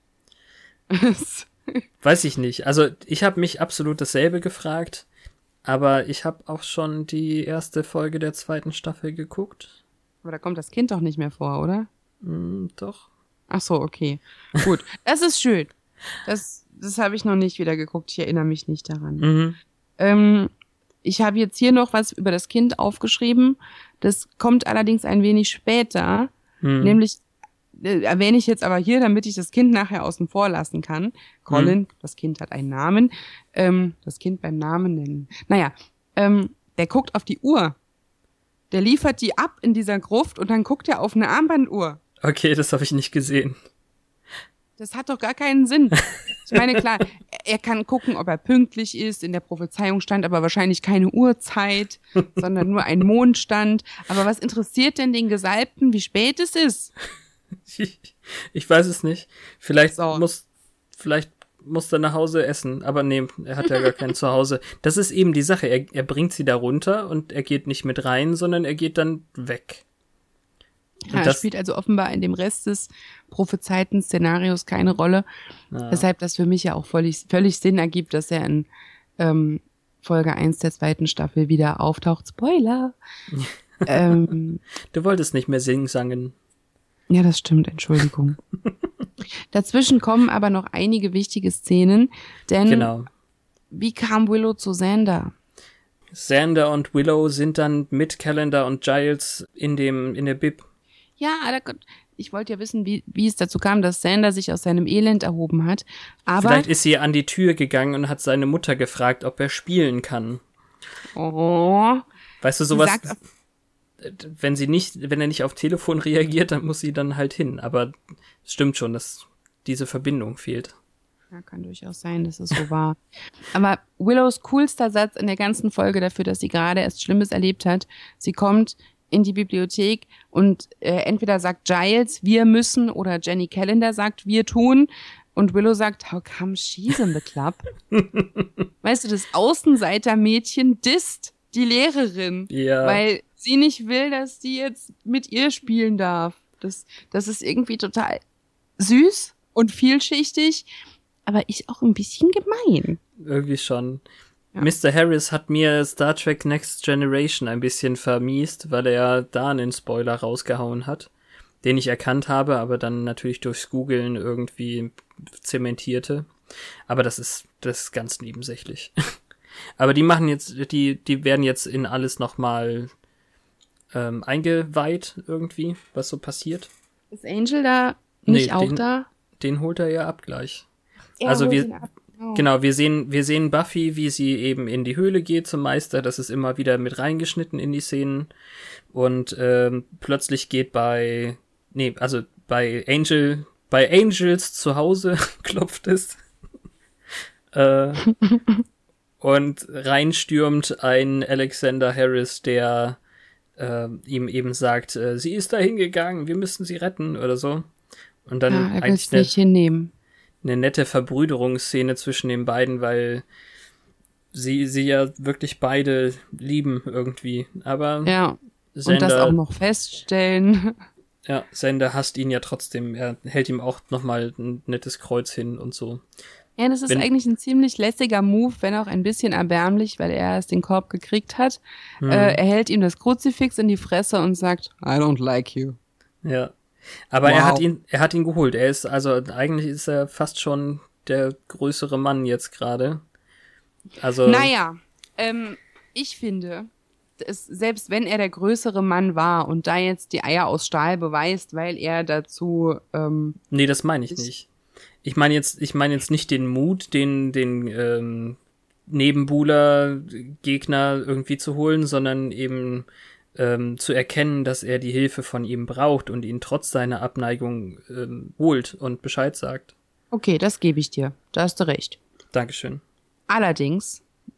Weiß ich nicht. Also ich habe mich absolut dasselbe gefragt, aber ich habe auch schon die erste Folge der zweiten Staffel geguckt. Aber da kommt das Kind doch nicht mehr vor, oder? Hm, doch. Ach so, okay. Gut, das ist schön. Das, das habe ich noch nicht wieder geguckt. Ich erinnere mich nicht daran. Mhm. Ähm, ich habe jetzt hier noch was über das Kind aufgeschrieben. Das kommt allerdings ein wenig später. Mhm. Nämlich äh, erwähne ich jetzt aber hier, damit ich das Kind nachher außen vor lassen kann. Colin, Mhm. das Kind hat einen Namen. Ähm, das Kind beim Namen nennen. Naja, ähm, der guckt auf die Uhr. Der liefert die ab in dieser Gruft und dann guckt er auf eine Armbanduhr. Okay, das habe ich nicht gesehen. Das hat doch gar keinen Sinn. Ich meine, klar, er kann gucken, ob er pünktlich ist. In der Prophezeiung stand aber wahrscheinlich keine Uhrzeit, sondern nur ein Mondstand. Aber was interessiert denn den Gesalbten, wie spät es ist? Ich, ich weiß es nicht. Vielleicht So. muss, vielleicht muss er nach Hause essen. Aber nee, er hat ja gar kein Zuhause. Das ist eben die Sache. Er, er bringt sie da runter und er geht nicht mit rein, sondern er geht dann weg. Und Ja, er das- spielt also offenbar in dem Rest des prophezeiten Szenarios keine Rolle. Ja. Weshalb das für mich ja auch völlig, völlig Sinn ergibt, dass er in ähm, Folge eins der zweiten Staffel wieder auftaucht. Spoiler! ähm, Du wolltest nicht mehr singen-sangen. Ja, das stimmt, Entschuldigung. Dazwischen kommen aber noch einige wichtige Szenen, denn Genau. wie kam Willow zu Xander? Xander und Willow sind dann mit Calendar und Giles in dem, in der Bib. Ja, da, ich wollte ja wissen, wie, wie es dazu kam, dass Xander sich aus seinem Elend erhoben hat. Aber, Vielleicht ist sie an die Tür gegangen und hat seine Mutter gefragt, ob er spielen kann. oh, Weißt du, sie sowas, sagt, wenn sie nicht, wenn er nicht auf Telefon reagiert, dann muss sie dann halt hin. Aber es stimmt schon, dass diese Verbindung fehlt. ja, kann durchaus sein, dass es so war. Aber Willows coolster Satz in der ganzen Folge dafür, dass sie gerade erst Schlimmes erlebt hat, sie kommt in die Bibliothek und äh, entweder sagt Giles, wir müssen, oder Jenny Calendar sagt, wir tun. Und Willow sagt, how come she's in the club? Weißt du, das Außenseitermädchen disst die Lehrerin, Ja. weil sie nicht will, dass die jetzt mit ihr spielen darf. Das, das ist irgendwie total süß und vielschichtig, aber ist auch ein bisschen gemein. Irgendwie schon. Ja. Mister Harris hat mir Star Trek Next Generation ein bisschen vermiest, weil er da einen Spoiler rausgehauen hat, den ich erkannt habe, aber dann natürlich durchs Googlen irgendwie zementierte. Aber das ist, das ist ganz nebensächlich. Aber die machen jetzt, die, die werden jetzt in alles nochmal ähm, eingeweiht irgendwie, was so passiert. Ist Angel da nicht Nee, auch den- da? Den holt er ja ab gleich. Er also holt wir- ihn ab. Oh. Genau, wir sehen, wir sehen Buffy, wie sie eben in die Höhle geht zum Meister. Das ist immer wieder mit reingeschnitten in die Szenen. Und ähm, plötzlich geht bei, nee, also bei Angel, bei Angels zu Hause klopft es. äh, und reinstürmt ein Alexander Harris, der äh, ihm eben sagt, äh, sie ist da hingegangen, wir müssen sie retten oder so. Und dann Ja, er will eigentlich es eine, nicht hinnehmen. eine nette Verbrüderungsszene zwischen den beiden, weil sie sie ja wirklich beide lieben irgendwie. Aber Ja, Xander, und das auch noch feststellen. ja, Xander hasst ihn ja trotzdem. Er hält ihm auch nochmal ein nettes Kreuz hin und so. Ja, das ist Wenn- eigentlich ein ziemlich lässiger Move, wenn auch ein bisschen erbärmlich, weil er erst den Korb gekriegt hat. Hm. Äh, er hält ihm das Kruzifix in die Fresse und sagt, I don't like you. Ja. Aber er Wow. hat ihn, er hat ihn geholt. Er ist, also eigentlich ist er fast schon der größere Mann jetzt gerade. Also. Naja, ähm, ich finde, es, selbst wenn er der größere Mann war und da jetzt die Eier aus Stahl beweist, weil er dazu, ähm, Nee, das meine ich Ich- nicht. Ich meine jetzt, ich meine jetzt nicht den Mut, den, den, ähm, Nebenbuhler-Gegner irgendwie zu holen, sondern eben ähm, zu erkennen, dass er die Hilfe von ihm braucht und ihn trotz seiner Abneigung ähm, holt und Bescheid sagt. okay, das gebe ich dir. Da hast du recht. Dankeschön. Allerdings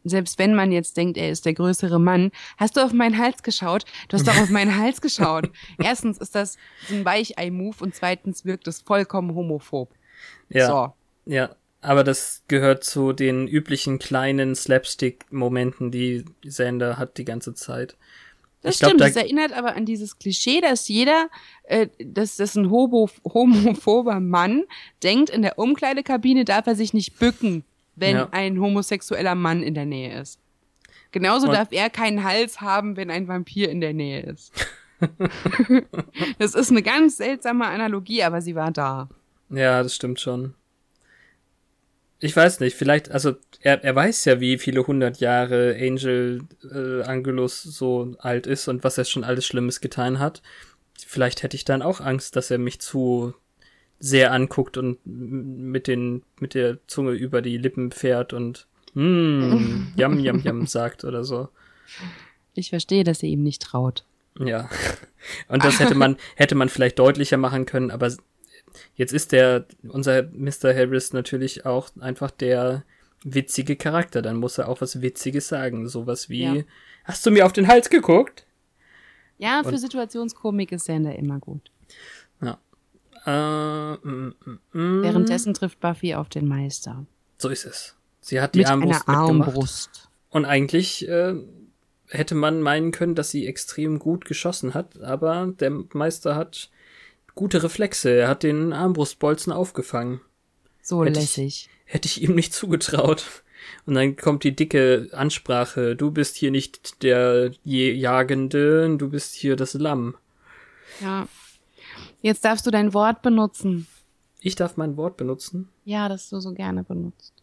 selbst wenn man jetzt denkt, er ist der größere Mann, hast du auf meinen Hals geschaut? Du hast doch auf meinen Hals geschaut. Erstens ist das ein Weichei-Move und zweitens wirkt es vollkommen homophob. Ja, so. ja, aber das gehört zu den üblichen kleinen Slapstick-Momenten, die Xander hat die ganze Zeit. Das ich glaub, stimmt, da das erinnert aber an dieses Klischee, dass jeder, äh, dass das ein homo, homophober Mann denkt, in der Umkleidekabine darf er sich nicht bücken, wenn ja. ein homosexueller Mann in der Nähe ist. Genauso Und darf er keinen Hals haben, wenn ein Vampir in der Nähe ist. Das ist eine ganz seltsame Analogie, aber sie war da. Ja, das stimmt schon. Ich weiß nicht, vielleicht, also er, er weiß ja, wie viele hundert Jahre Angel äh, Angelus so alt ist und was er schon alles Schlimmes getan hat. Vielleicht hätte ich dann auch Angst, dass er mich zu sehr anguckt und mit den mit der Zunge über die Lippen fährt und hm, yam, yam, yam sagt oder so. Ich verstehe, dass ihr ihm nicht traut. Ja. Und das hätte man hätte man vielleicht deutlicher machen können, aber jetzt ist der unser Mister Harris natürlich auch einfach der witzige Charakter. Dann muss er auch was Witziges sagen, sowas wie ja. Hast du mir auf den Hals geguckt? Ja, für und, Situationskomik ist Xander immer gut. Ja. Äh, mm, mm, mm. Währenddessen trifft Buffy auf den Meister. So ist es. Sie hat die Mit Armbrust einer mitgemacht. Armbrust. Und eigentlich äh, hätte man meinen können, dass sie extrem gut geschossen hat, aber der Meister hat gute Reflexe. Er hat den Armbrustbolzen aufgefangen. So hätte lässig. Ich, hätte ich ihm nicht zugetraut. Und dann kommt die dicke Ansprache. Du bist hier nicht der Jagende, du bist hier das Lamm. Ja. Jetzt darfst du dein Wort benutzen. Ich darf mein Wort benutzen? Ja, das du so gerne benutzt.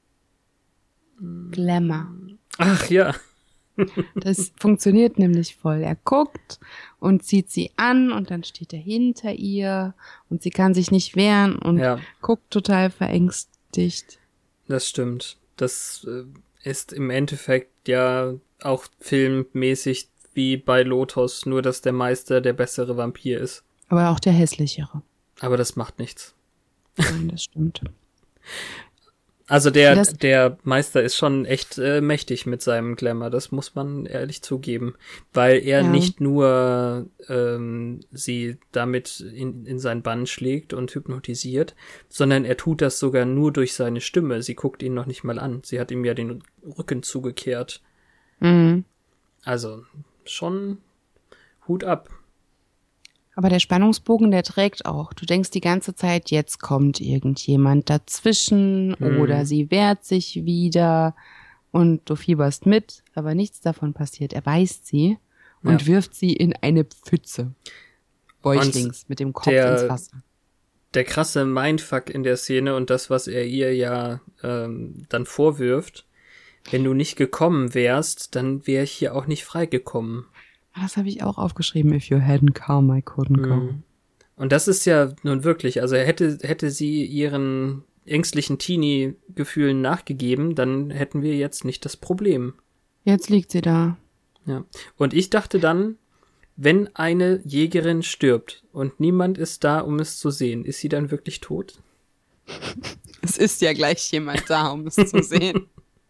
Glamour. Ach ja. Das funktioniert nämlich voll. Er guckt und zieht sie an und dann steht er hinter ihr und sie kann sich nicht wehren und ja. guckt total verängstigt. Das stimmt. Das äh, ist im Endeffekt ja auch filmmäßig wie bei Lothos, nur dass der Meister der bessere Vampir ist. Aber auch der hässlichere. Aber das macht nichts. Nein, das stimmt. Also der das, der Meister ist schon echt äh, mächtig mit seinem Glamour, das muss man ehrlich zugeben, weil er ja. nicht nur ähm, sie damit in, in seinen Bann schlägt und hypnotisiert, sondern er tut das sogar nur durch seine Stimme. Sie guckt ihn noch nicht mal an. Sie hat ihm ja den Rücken zugekehrt. Mhm. Also schon Hut ab. Aber der Spannungsbogen, der trägt auch. Du denkst die ganze Zeit, jetzt kommt irgendjemand dazwischen mhm. oder sie wehrt sich wieder und du fieberst mit, aber nichts davon passiert. Er beißt sie und ja. wirft sie in eine Pfütze. Bäuchlings mit dem Kopf der, ins Wasser. Der krasse Mindfuck in der Szene und das, was er ihr ja ähm, dann vorwirft, wenn du nicht gekommen wärst, dann wäre ich hier auch nicht freigekommen. Das habe ich auch aufgeschrieben. If you hadn't come, I couldn't go. Mhm. Und das ist ja nun wirklich, also hätte hätte sie ihren ängstlichen Teenie-Gefühlen nachgegeben, dann hätten wir jetzt nicht das Problem. Jetzt liegt sie da. Ja. Und ich dachte dann, wenn eine Jägerin stirbt und niemand ist da, um es zu sehen, ist sie dann wirklich tot? Es ist ja gleich jemand da, um es zu sehen.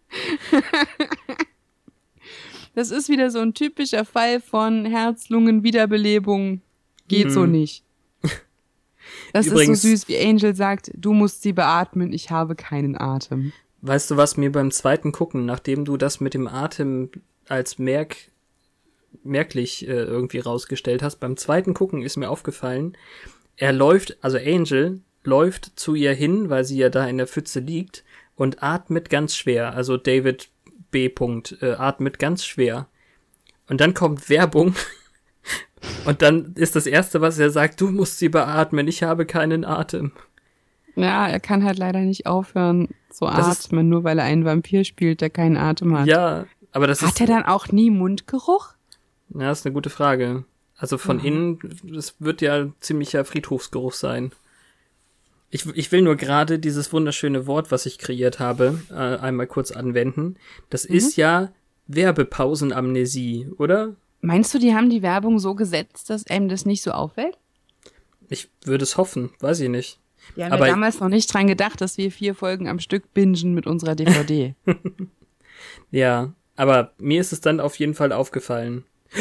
Das ist wieder so ein typischer Fall von Herz-Lungen-Wiederbelebung. Geht hm. so nicht. Das Übrigens, ist so süß, wie Angel sagt, du musst sie beatmen, ich habe keinen Atem. Weißt du, was mir beim zweiten Gucken, nachdem du das mit dem Atem als merk merklich äh, irgendwie rausgestellt hast, beim zweiten Gucken ist mir aufgefallen, er läuft, also Angel läuft zu ihr hin, weil sie ja da in der Pfütze liegt und atmet ganz schwer, also David B. -Punkt, äh, atmet ganz schwer. Und dann kommt Werbung und dann ist das Erste, was er sagt, du musst sie beatmen, ich habe keinen Atem. Ja, er kann halt leider nicht aufhören zu das atmen, ist, nur weil er einen Vampir spielt, der keinen Atem hat. Ja, aber das hat ist... Hat er dann auch nie Mundgeruch? Ja, ist eine gute Frage. Also von mhm. innen, das wird ja ziemlicher Friedhofsgeruch sein. Ich, ich will nur gerade dieses wunderschöne Wort, was ich kreiert habe, äh, einmal kurz anwenden. Das mhm. ist ja Werbepausenamnesie, oder? Meinst du, die haben die Werbung so gesetzt, dass einem das nicht so auffällt? Ich würde es hoffen, weiß ich nicht. Wir haben Aber ja damals noch nicht dran gedacht, dass wir vier Folgen am Stück bingen mit unserer D V D. Ja, aber mir ist es dann auf jeden Fall aufgefallen.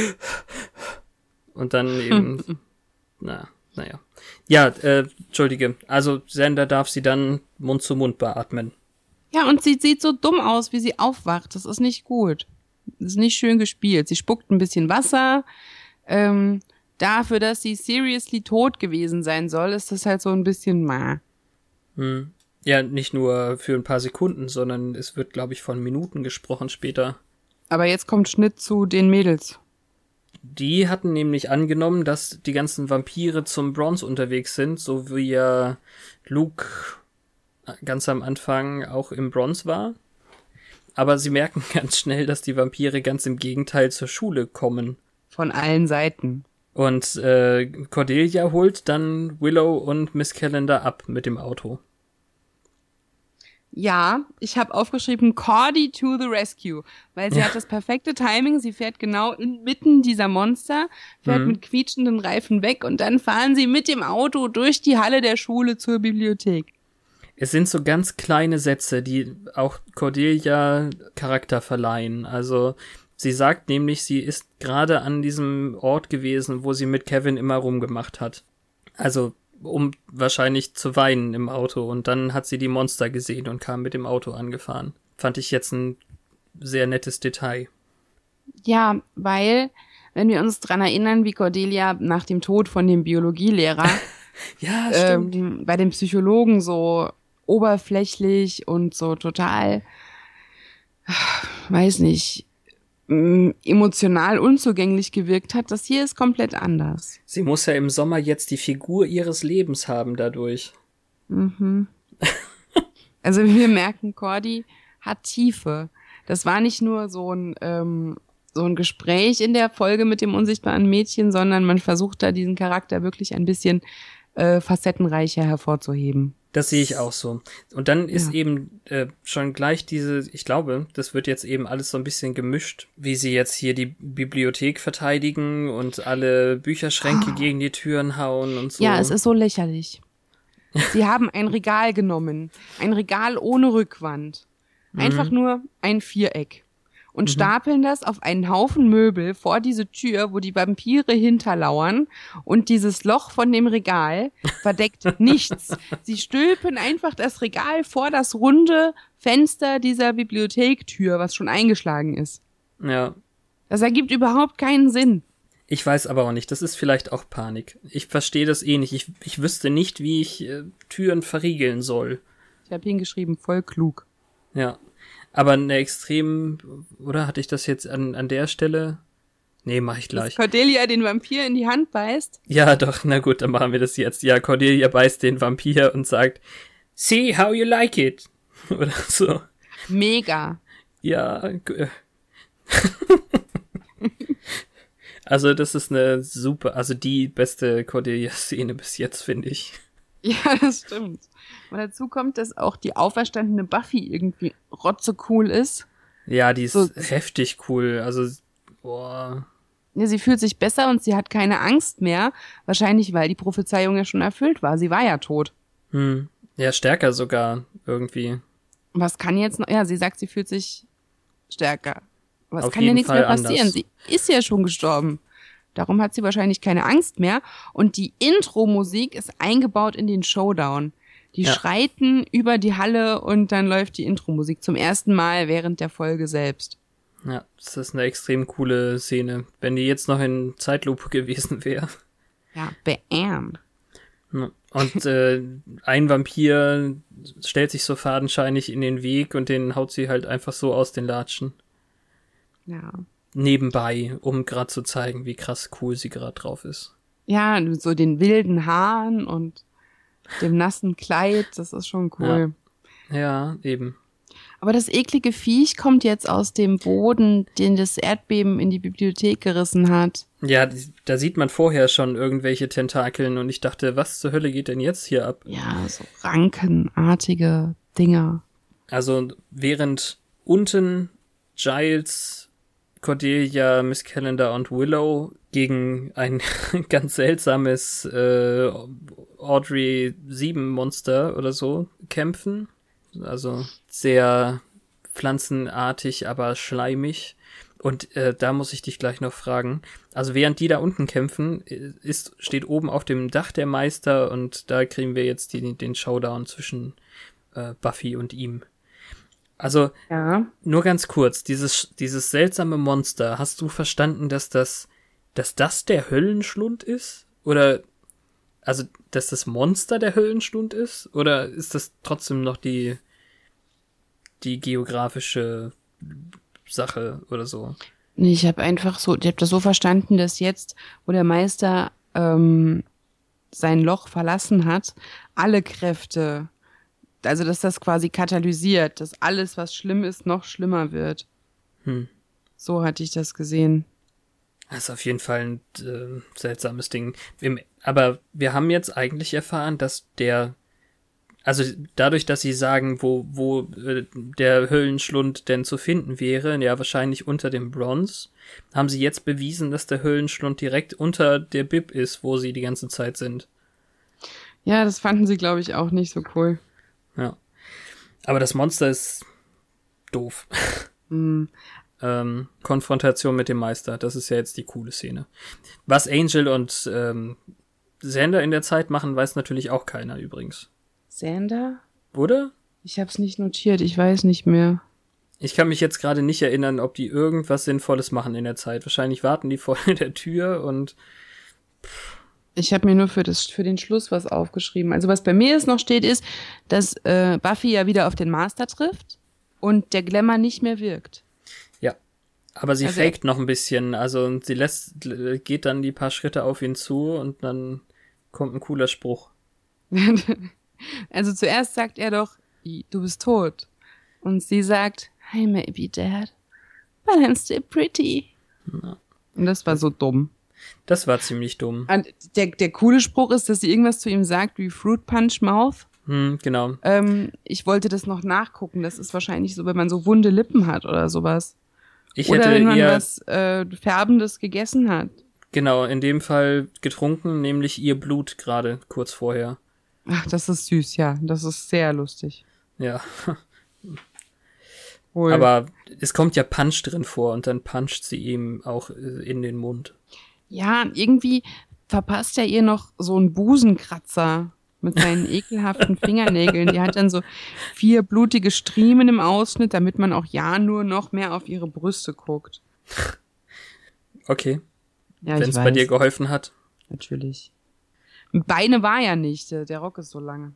Und dann eben, na, naja. Ja, äh, Entschuldige, also Xander darf sie dann Mund zu Mund beatmen. Ja, und sie sieht so dumm aus, wie sie aufwacht. Das ist nicht gut. Das ist nicht schön gespielt. Sie spuckt ein bisschen Wasser. Ähm, dafür, dass sie seriously tot gewesen sein soll, ist das halt so ein bisschen ma. Hm. Ja, nicht nur für ein paar Sekunden, sondern es wird, glaube ich, von Minuten gesprochen später. Aber jetzt kommt Schnitt zu den Mädels. Die hatten nämlich angenommen, dass die ganzen Vampire zum Bronze unterwegs sind, so wie ja Luke ganz am Anfang auch im Bronze war. Aber sie merken ganz schnell, dass die Vampire ganz im Gegenteil zur Schule kommen. Von allen Seiten. Und äh, Cordelia holt dann Willow und Miss Calendar ab mit dem Auto. Ja, ich habe aufgeschrieben, Cordy to the rescue, weil sie Ja. hat das perfekte Timing, sie fährt genau inmitten dieser Monster, fährt Mhm. mit quietschenden Reifen weg und dann fahren sie mit dem Auto durch die Halle der Schule zur Bibliothek. Es sind so ganz kleine Sätze, die auch Cordelia Charakter verleihen. Also sie sagt nämlich, sie ist gerade an diesem Ort gewesen, wo sie mit Kevin immer rumgemacht hat. Also um wahrscheinlich zu weinen im Auto. Und dann hat sie die Monster gesehen und kam mit dem Auto angefahren. Fand ich jetzt ein sehr nettes Detail. Ja, weil, wenn wir uns dran erinnern, wie Cordelia nach dem Tod von dem Biologielehrer Ja, ähm, bei dem Psychologen so oberflächlich und so total, weiß nicht, m, emotional unzugänglich gewirkt hat, das hier ist komplett anders. Sie muss ja im Sommer jetzt die Figur ihres Lebens haben dadurch. Mhm. Also wir merken, Cordy hat Tiefe. Das war nicht nur so ein ähm, so ein Gespräch in der Folge mit dem unsichtbaren Mädchen, sondern man versucht da diesen Charakter wirklich ein bisschen äh, facettenreicher hervorzuheben. Das sehe ich auch so. Und dann ist Ja. eben äh, schon gleich diese, ich glaube, das wird jetzt eben alles so ein bisschen gemischt, wie sie jetzt hier die Bibliothek verteidigen und alle Bücherschränke Ah. gegen die Türen hauen und so. Ja, es ist so lächerlich. Sie haben ein Regal genommen. Ein Regal ohne Rückwand. Einfach nur ein Viereck. Und stapeln das auf einen Haufen Möbel vor diese Tür, wo die Vampire hinterlauern. Und dieses Loch von dem Regal verdeckt nichts. Sie stülpen einfach das Regal vor das runde Fenster dieser Bibliothektür, was schon eingeschlagen ist. Ja. Das ergibt überhaupt keinen Sinn. Ich weiß aber auch nicht, das ist vielleicht auch Panik. Ich verstehe das eh nicht. Ich, ich wüsste nicht, wie ich äh, Türen verriegeln soll. Ich habe hingeschrieben, voll klug. Ja. Aber eine extrem, oder hatte ich das jetzt an, an der Stelle? Nee, mach ich Dass gleich. Cordelia den Vampir in die Hand beißt. Ja, doch, na gut, dann machen wir das jetzt. Ja, Cordelia beißt den Vampir und sagt, see how you like it. Oder so. Mega. Ja. g- Also das ist eine super, also die beste Cordelia-Szene bis jetzt, finde ich. Ja, das stimmt. Und dazu kommt, dass auch die auferstandene Buffy irgendwie rotzecool ist. Ja, die ist So- heftig cool. Also, boah. Ja, sie fühlt sich besser und sie hat keine Angst mehr. Wahrscheinlich, weil die Prophezeiung ja schon erfüllt war. Sie war ja tot. Hm. Ja, stärker sogar irgendwie. Was kann jetzt noch? Ja, sie sagt, sie fühlt sich stärker. Aber es Auf kann ja jeden nichts Fall mehr passieren. anders. Sie ist ja schon gestorben. Darum hat sie wahrscheinlich keine Angst mehr. Und die Intro-Musik ist eingebaut in den Showdown. Die Ja. schreiten über die Halle und dann läuft die Intro-Musik zum ersten Mal während der Folge selbst. Ja, das ist eine extrem coole Szene. Wenn die jetzt noch in Zeitlupe gewesen wäre. Ja, bam. Ja. Und äh, ein Vampir stellt sich so fadenscheinig in den Weg und den haut sie halt einfach so aus den Latschen. Ja. Nebenbei, um gerade zu zeigen, wie krass cool sie gerade drauf ist. Ja, mit so den wilden Haaren und dem nassen Kleid, das ist schon cool. Ja, eben. Aber das eklige Viech kommt jetzt aus dem Boden, den das Erdbeben in die Bibliothek gerissen hat. Ja, die- da sieht man vorher schon irgendwelche Tentakeln und ich dachte, was zur Hölle geht denn jetzt hier ab? Ja, so rankenartige Dinger. Also während unten Giles, Cordelia, Miss Calendar und Willow gegen ein ganz seltsames äh, Audrey sieben Monster oder so kämpfen. Also sehr pflanzenartig, aber schleimig. Und äh, da muss ich dich gleich noch fragen. Also während die da unten kämpfen, ist, steht oben auf dem Dach der Meister und da kriegen wir jetzt die, den Showdown zwischen äh, Buffy und ihm. Also, Ja. nur ganz kurz, dieses, dieses seltsame Monster, hast du verstanden, dass das, dass das der Höllenschlund ist? Oder, also, dass das Monster der Höllenschlund ist? Oder ist das trotzdem noch die, die geografische Sache oder so? Nee, ich habe einfach so, ich habe das so verstanden, dass jetzt, wo der Meister ähm, sein Loch verlassen hat, alle Kräfte, also dass das quasi katalysiert, dass alles, was schlimm ist, noch schlimmer wird. Hm. So hatte ich das gesehen. Das ist auf jeden Fall ein äh, seltsames Ding. Im, aber wir haben jetzt eigentlich erfahren, dass der, also dadurch, dass sie sagen, wo, wo äh, der Höllenschlund denn zu finden wäre, ja wahrscheinlich unter dem Bronze, haben sie jetzt bewiesen, dass der Höllenschlund direkt unter der Bib ist, wo sie die ganze Zeit sind. Ja, das fanden sie, glaube ich, auch nicht so cool. Ja. Aber das Monster ist doof. Hm. ähm, Konfrontation mit dem Meister, das ist ja jetzt die coole Szene. Was Angel und ähm, Xander in der Zeit machen, weiß natürlich auch keiner übrigens. Xander? Oder? Ich habe es nicht notiert, ich weiß nicht mehr. Ich kann mich jetzt gerade nicht erinnern, ob die irgendwas Sinnvolles machen in der Zeit. Wahrscheinlich warten die vor der Tür und Ich habe mir nur für, das, für den Schluss was aufgeschrieben. Also was bei mir jetzt noch steht, ist, dass äh, Buffy ja wieder auf den Master trifft und der Glamour nicht mehr wirkt. ja. Aber sie Also faked noch ein bisschen. Also sie lässt, geht dann die paar Schritte auf ihn zu und dann kommt ein cooler Spruch. Also zuerst sagt er doch, du bist tot. Und sie sagt, I may be dead, but I'm still pretty. Ja. Und das war so dumm. Das war ziemlich dumm. Und der, der coole Spruch ist, dass sie irgendwas zu ihm sagt wie Fruit Punch Mouth. Hm, genau. Ähm, ich wollte das noch nachgucken. Das ist wahrscheinlich so, wenn man so wunde Lippen hat oder sowas. Ich Oder hätte wenn man eher, was äh, Färbendes gegessen hat. genau, in dem Fall getrunken, nämlich ihr Blut gerade kurz vorher. Ach, das ist süß, ja. Das ist sehr lustig. Ja. Wohl. Aber es kommt ja Punch drin vor und dann puncht sie ihm auch in den Mund. Ja, irgendwie verpasst er ihr noch so einen Busenkratzer mit seinen ekelhaften Fingernägeln. Die hat dann so vier blutige Striemen im Ausschnitt, damit man auch ja nur noch mehr auf ihre Brüste guckt. Okay, Ja, wenn es bei dir geholfen hat. Natürlich. Beine war ja nicht, der, der Rock ist so lange.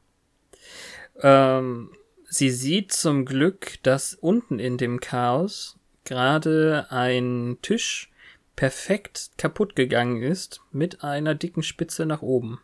Ähm, sie sieht zum Glück, dass unten in dem Chaos gerade ein Tisch perfekt kaputt gegangen ist mit einer dicken Spitze nach oben.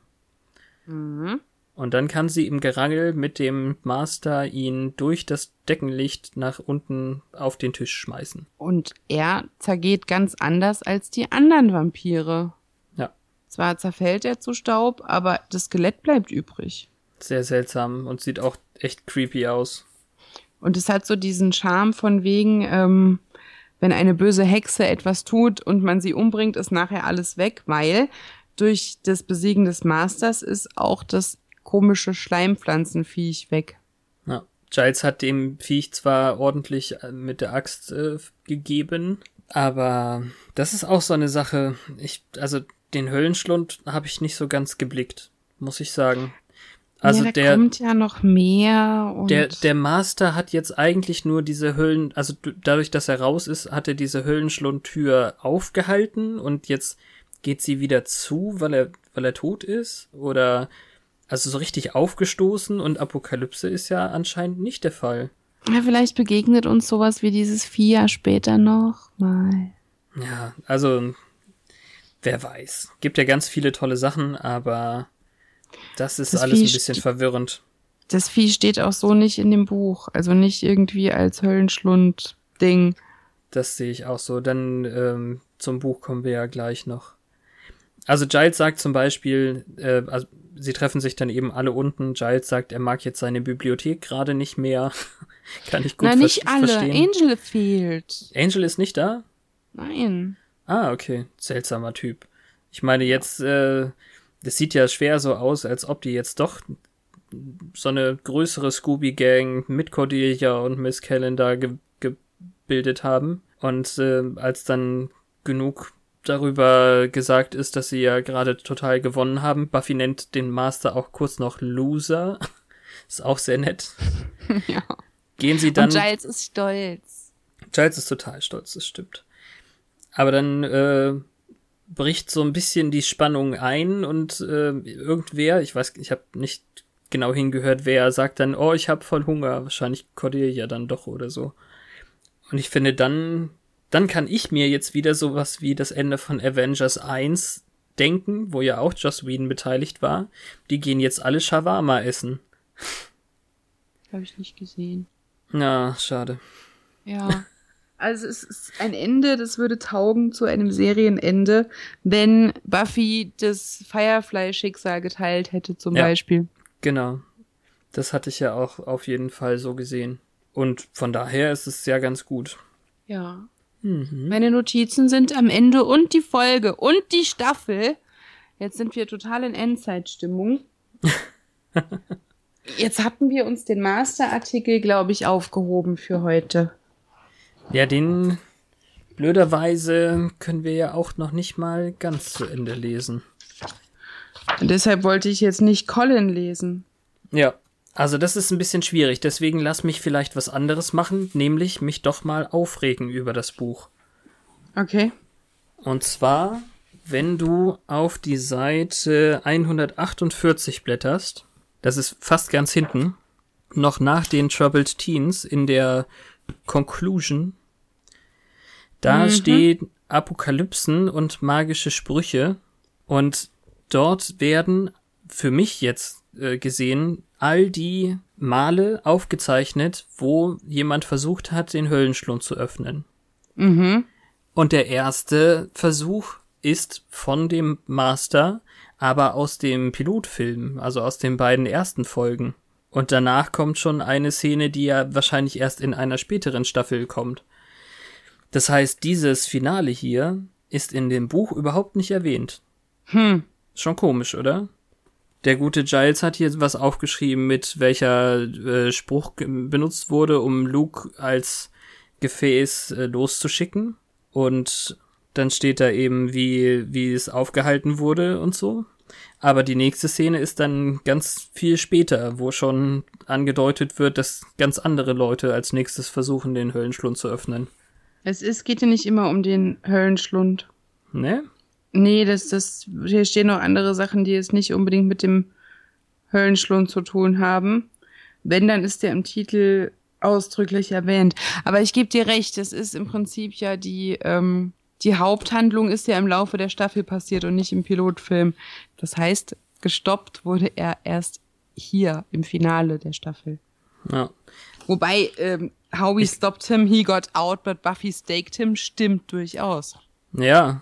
Mhm. Und dann kann sie im Gerangel mit dem Master ihn durch das Deckenlicht nach unten auf den Tisch schmeißen. Und er zergeht ganz anders als die anderen Vampire. Ja. Zwar zerfällt er zu Staub, aber das Skelett bleibt übrig. Sehr seltsam und sieht auch echt creepy aus. Und es hat so diesen Charme von wegen, ähm, wenn eine böse Hexe etwas tut und man sie umbringt, ist nachher alles weg, weil durch das Besiegen des Masters ist auch das komische Schleimpflanzenviech weg. Ja. Giles hat dem Viech zwar ordentlich mit der Axt äh, gegeben, aber das ist auch so eine Sache. Ich, also den Höllenschlund habe ich nicht so ganz geblickt, muss ich sagen. Also ja, da der kommt ja noch mehr. Und der der Master hat jetzt eigentlich nur diese Höllen, also dadurch, dass er raus ist, hat er diese Höllenschlundtür aufgehalten und jetzt geht sie wieder zu, weil er weil er tot ist oder also so richtig aufgestoßen und Apokalypse ist ja anscheinend nicht der Fall. Ja, vielleicht begegnet uns sowas wie dieses Vieh ja später noch mal. Ja, also wer weiß. Gibt ja ganz viele tolle Sachen, aber das ist Das alles Vieh ein bisschen st- verwirrend. Das Vieh steht auch so nicht in dem Buch. Also nicht irgendwie als Höllenschlund-Ding. Das sehe ich auch so. Dann ähm, zum Buch kommen wir ja gleich noch. Also Giles sagt zum Beispiel, äh, also sie treffen sich dann eben alle unten. Giles sagt, er mag jetzt seine Bibliothek gerade nicht mehr. Kann ich gut Nein, nicht ver- alle. verstehen. Angel fehlt. Angel ist nicht da? Nein. Ah, okay. Seltsamer Typ. Ich meine jetzt, äh, das sieht ja schwer so aus, als ob die jetzt doch so eine größere Scooby-Gang mit Cordelia und Miss Calendar ge- ausgebildet haben. Und äh, als dann genug darüber gesagt ist, dass sie ja gerade total gewonnen haben, Buffy nennt den Master auch kurz noch Loser. Ist auch sehr nett. Ja. Gehen sie dann... Und Giles ist stolz. Giles ist total stolz, das stimmt. Aber dann äh, bricht so ein bisschen die Spannung ein und äh, irgendwer, ich weiß, ich habe nicht genau hingehört, wer sagt dann, oh, ich habe voll Hunger. Wahrscheinlich Cordelia dann doch oder so. Und ich finde, dann, dann kann ich mir jetzt wieder sowas wie das Ende von Avengers eins denken, wo ja auch Joss Whedon beteiligt war. Die gehen jetzt alle Shawarma essen. Habe ich nicht gesehen. Na, schade. Ja. Also es ist ein Ende, das würde taugen zu einem Serienende, wenn Buffy das Firefly-Schicksal geteilt hätte zum Ja, Beispiel. Genau. Das hatte ich ja auch auf jeden Fall so gesehen. Und von daher ist es ja ganz gut. Ja. Mhm. Meine Notizen sind am Ende und die Folge und die Staffel. Jetzt sind wir total in Endzeitstimmung. Jetzt hatten wir uns den Master-Artikel, glaube ich, aufgehoben für heute. Ja, den blöderweise können wir ja auch noch nicht mal ganz zu Ende lesen. Und deshalb wollte ich jetzt nicht Colin lesen. Ja, also das ist ein bisschen schwierig. Deswegen lass mich vielleicht was anderes machen, nämlich mich doch mal aufregen über das Buch. Okay. Und zwar, wenn du auf die Seite hundertachtundvierzig blätterst, das ist fast ganz hinten, noch nach den Troubled Teens in der Conclusion, da mhm. steht Apokalypsen und magische Sprüche und dort werden für mich jetzt äh, gesehen all die Male aufgezeichnet, wo jemand versucht hat, den Höllenschlund zu öffnen. Mhm. Und der erste Versuch ist von dem Master, aber aus dem Pilotfilm, also aus den beiden ersten Folgen. Und danach kommt schon eine Szene, die ja wahrscheinlich erst in einer späteren Staffel kommt. Das heißt, dieses Finale hier ist in dem Buch überhaupt nicht erwähnt. Hm. Schon komisch, oder? Der gute Giles hat hier was aufgeschrieben, mit welcher äh, Spruch ge- benutzt wurde, um Luke als Gefäß äh, loszuschicken. Und dann steht da eben, wie, wie es aufgehalten wurde und so. Aber die nächste Szene ist dann ganz viel später, wo schon angedeutet wird, dass ganz andere Leute als nächstes versuchen, den Höllenschlund zu öffnen. Es ist, geht ja nicht immer um den Höllenschlund. Ne? Nee, das, das, hier stehen noch andere Sachen, die jetzt nicht unbedingt mit dem Höllenschlund zu tun haben. Wenn, dann ist der im Titel ausdrücklich erwähnt. Aber ich gebe dir recht, es ist im Prinzip ja die, ähm, die Haupthandlung ist ja im Laufe der Staffel passiert und nicht im Pilotfilm. Das heißt, gestoppt wurde er erst hier im Finale der Staffel. Ja. Wobei, ähm, how we stopped him, he got out, but Buffy staked him, stimmt durchaus. Ja,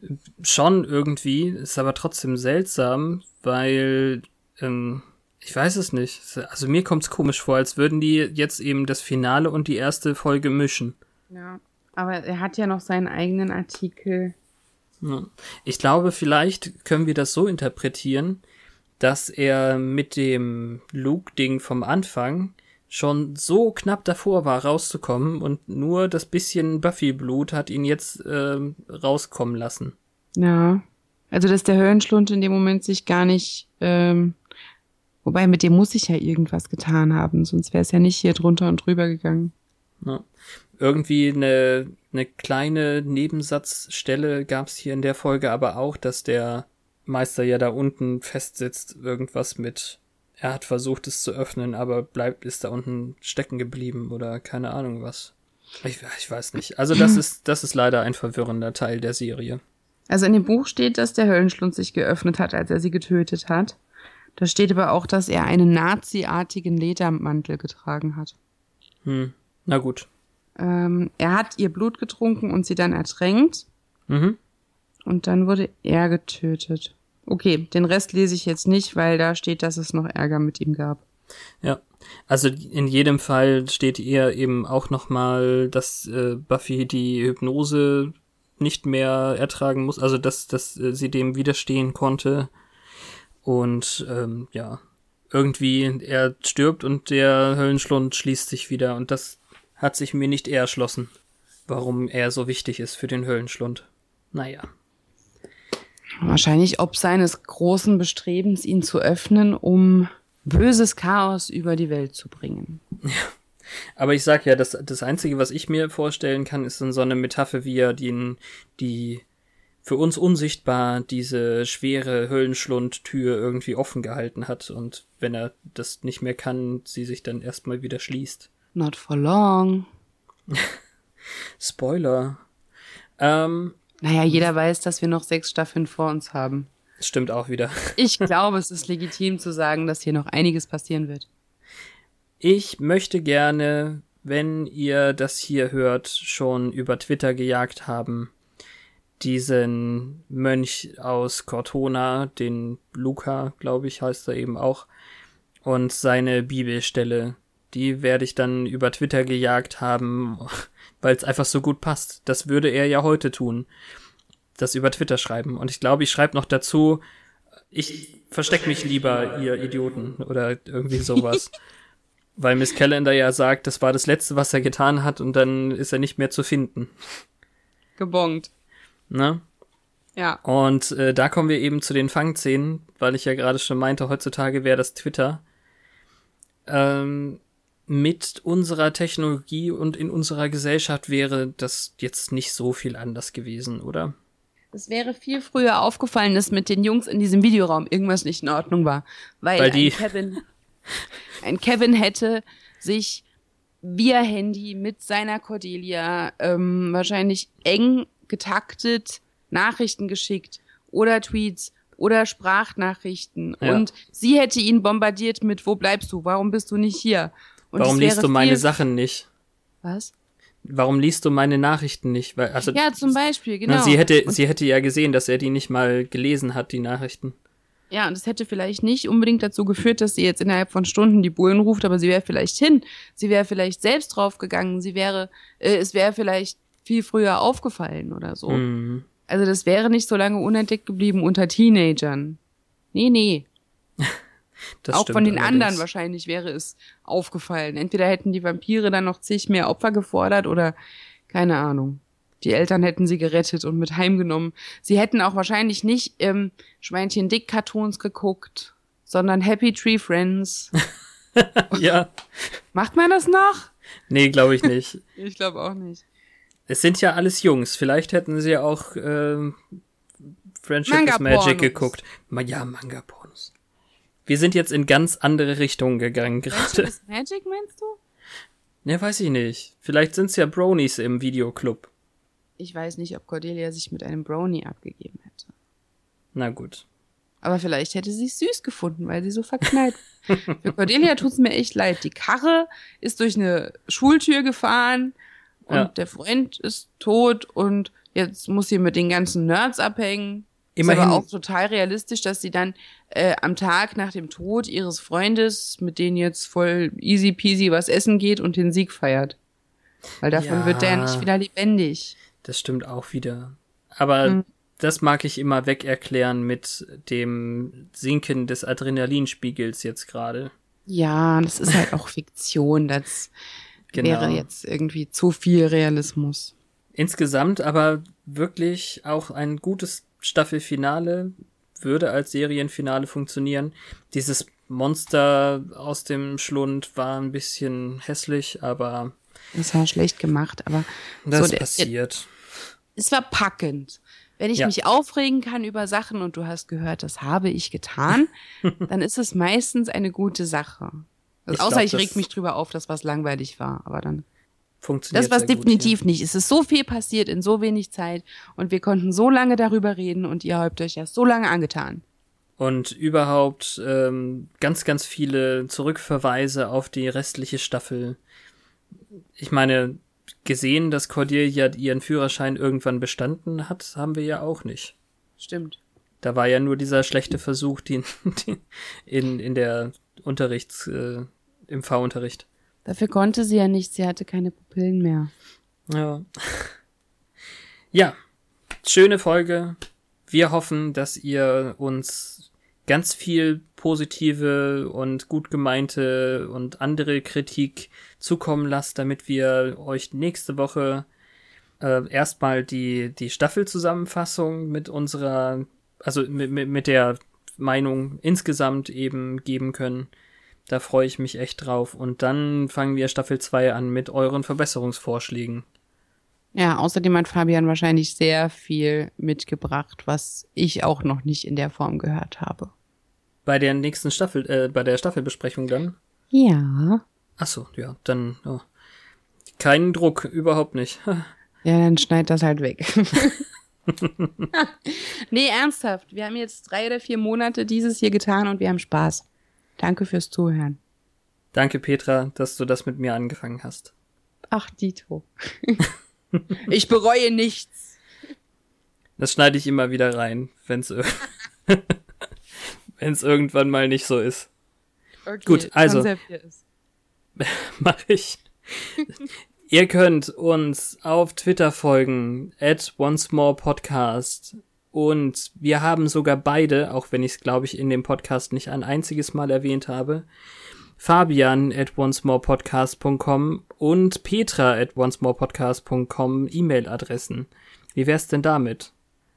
schon irgendwie, ist aber trotzdem seltsam, weil, ähm, ich weiß es nicht. Also mir kommt's komisch vor, als würden die jetzt eben das Finale und die erste Folge mischen. Ja, aber er hat ja noch seinen eigenen Artikel. Ja. Ich glaube, vielleicht können wir das so interpretieren, dass er mit dem Luke-Ding vom Anfang schon so knapp davor war, rauszukommen und nur das bisschen Buffy-Blut hat ihn jetzt ähm, rauskommen lassen. Ja, also dass der Höllenschlund in dem Moment sich gar nicht, ähm, wobei mit dem muss ich ja irgendwas getan haben, sonst wäre es ja nicht hier drunter und drüber gegangen. Ja. Irgendwie eine, eine kleine Nebensatzstelle gab es hier in der Folge aber auch, dass der Meister ja da unten festsitzt, irgendwas mit, er hat versucht es zu öffnen, aber bleibt, ist da unten stecken geblieben oder keine Ahnung was. Ich, ich weiß nicht. Also das ist, das ist leider ein verwirrender Teil der Serie. Also in dem Buch steht, dass der Höllenschlund sich geöffnet hat, als er sie getötet hat. Da steht aber auch, dass er einen Nazi-artigen Ledermantel getragen hat. Hm, na gut. Ähm, er hat ihr Blut getrunken und sie dann ertränkt. Mhm. Und dann wurde er getötet. Okay, den Rest lese ich jetzt nicht, weil da steht, dass es noch Ärger mit ihm gab. Ja, also in jedem Fall steht hier eben auch nochmal, dass äh, Buffy die Hypnose nicht mehr ertragen muss, also dass, dass äh, sie dem widerstehen konnte. Und ähm, ja, irgendwie er stirbt und der Höllenschlund schließt sich wieder und das hat sich mir nicht eher erschlossen. warum er so wichtig ist für den Höllenschlund. Naja. Wahrscheinlich ob seines großen Bestrebens, ihn zu öffnen, um böses Chaos über die Welt zu bringen. Ja. Aber ich sag ja, das, das Einzige, was ich mir vorstellen kann, ist dann so eine Metapher, wie er die, die für uns unsichtbar diese schwere Höllenschlundtür irgendwie offen gehalten hat und wenn er das nicht mehr kann, sie sich dann erstmal wieder schließt. Not for long. Spoiler. Ähm, naja, jeder weiß, dass wir noch sechs Staffeln vor uns haben. Stimmt auch wieder. Ich glaube, es ist legitim zu sagen, dass hier noch einiges passieren wird. Ich möchte gerne, wenn ihr das hier hört, schon über Twitter gejagt haben, diesen Mönch aus Cortona, den Luca, glaube ich, heißt er eben auch, und seine Bibelstelle, die werde ich dann über Twitter gejagt haben, weil es einfach so gut passt. Das würde er ja heute tun, das über Twitter schreiben. Und ich glaube, ich schreibe noch dazu, ich versteck mich lieber, ihr Idioten, oder irgendwie sowas. Weil Miss Calendar ja sagt, das war das Letzte, was er getan hat, und dann ist er nicht mehr zu finden. Gebongt. Ne? Ja. Und äh, da kommen wir eben zu den Fangszenen, weil ich ja gerade schon meinte, heutzutage wäre das Twitter. Ähm, mit unserer Technologie und in unserer Gesellschaft wäre das jetzt nicht so viel anders gewesen, oder? Es wäre viel früher aufgefallen, dass mit den Jungs in diesem Videoraum irgendwas nicht in Ordnung war. Weil, weil die ein Kevin, ein Kevin hätte sich via Handy mit seiner Cordelia ähm, wahrscheinlich eng getaktet Nachrichten geschickt oder Tweets oder Sprachnachrichten. Ja. Und sie hätte ihn bombardiert mit, wo bleibst du? Warum bist du nicht hier? Und warum liest du meine Sachen nicht? Was? Warum liest du meine Nachrichten nicht? Weil, also, ja, zum Beispiel, genau. Na, sie hätte, und sie hätte ja gesehen, dass er die nicht mal gelesen hat, die Nachrichten. Ja, und es hätte vielleicht nicht unbedingt dazu geführt, dass sie jetzt innerhalb von Stunden die Bullen ruft, aber sie wäre vielleicht hin. Sie wäre vielleicht selbst draufgegangen. Sie wäre, äh, es wäre vielleicht viel früher aufgefallen oder so. Mhm. Also das wäre nicht so lange unentdeckt geblieben unter Teenagern. Nee, nee. Das auch von den allerdings. anderen wahrscheinlich wäre es aufgefallen. Entweder hätten die Vampire dann noch zig mehr Opfer gefordert oder keine Ahnung. Die Eltern hätten sie gerettet und mit heimgenommen. Sie hätten auch wahrscheinlich nicht ähm, Schweinchen-Dick-Cartoons geguckt, sondern Happy Tree Friends. Ja. Macht man das noch? Nee, glaube ich nicht. Ich glaube auch nicht. Es sind ja alles Jungs. Vielleicht hätten sie auch äh, Friendship is Magic geguckt. Ja, Manga-Pornos. Wir sind jetzt in ganz andere Richtungen gegangen gerade. Friendship is Magic, meinst du? Ne, weiß ich nicht. Vielleicht sind's ja Bronies im Videoclub. Ich weiß nicht, ob Cordelia sich mit einem Brony abgegeben hätte. Na gut. Aber vielleicht hätte sie es süß gefunden, weil sie so verknallt. Für Cordelia tut's mir echt leid. Die Karre ist durch eine Schultür gefahren und ja. Der Freund ist tot und jetzt muss sie mit den ganzen Nerds abhängen. Immerhin. Ist aber auch total realistisch, dass sie dann äh, am Tag nach dem Tod ihres Freundes, mit denen jetzt voll easy peasy was essen geht und den Sieg feiert. Weil davon ja. wird der nicht wieder lebendig. Das stimmt auch wieder. Aber hm. das mag ich immer weg erklären mit dem Sinken des Adrenalinspiegels jetzt gerade. Ja, das ist halt auch Fiktion. Das genau. wäre jetzt irgendwie zu viel Realismus. Insgesamt aber wirklich auch ein gutes Staffelfinale würde als Serienfinale funktionieren. Dieses Monster aus dem Schlund war ein bisschen hässlich, aber das war schlecht gemacht, aber das so, passiert. Es war packend. Wenn ich ja. mich aufregen kann über Sachen und du hast gehört, das habe ich getan, dann ist es meistens eine gute Sache. Also ich außer glaub, ich reg mich drüber auf, dass was langweilig war, aber dann funktioniert das war definitiv gut, nicht. Es ist so viel passiert in so wenig Zeit und wir konnten so lange darüber reden und ihr habt euch ja so lange angetan. Und überhaupt ähm, ganz, ganz viele Zurückverweise auf die restliche Staffel. Ich meine, gesehen, dass Cordelia ihren Führerschein irgendwann bestanden hat, haben wir ja auch nicht. Stimmt. Da war ja nur dieser schlechte Versuch, die, die in, in der Unterrichts, äh, im V-Unterricht. Dafür konnte sie ja nicht, sie hatte keine Pupillen mehr. Ja. Ja, schöne Folge. Wir hoffen, dass ihr uns ganz viel positive und gut gemeinte und andere Kritik zukommen lasst, damit wir euch nächste Woche äh, erstmal die, die Staffelzusammenfassung mit unserer, also mit, mit, mit der Meinung insgesamt eben geben können. Da freue ich mich echt drauf. Und dann fangen wir Staffel zwei an mit euren Verbesserungsvorschlägen. Ja, außerdem hat Fabian wahrscheinlich sehr viel mitgebracht, was ich auch noch nicht in der Form gehört habe. Bei der nächsten Staffel, äh, bei der Staffelbesprechung dann? Ja. Ach so, ja, dann oh. Keinen Druck, überhaupt nicht. Ja, dann schneid das halt weg. Nee, ernsthaft. Wir haben jetzt drei oder vier Monate dieses hier getan und wir haben Spaß. Danke fürs Zuhören. Danke, Petra, dass du das mit mir angefangen hast. Ach, Dito. Ich bereue nichts. Das schneide ich immer wieder rein, wenn es wenn es irgendwann mal nicht so ist. Okay, gut, also ist. Mach ich. Ihr könnt uns auf Twitter folgen, at oncemorepodcast. Und wir haben sogar beide, auch wenn ich es, glaube ich, in dem Podcast nicht ein einziges Mal erwähnt habe, Fabian at oncemorepodcast punkt com und Petra at oncemorepodcast punkt com E-Mail-Adressen. Wie wär's denn damit?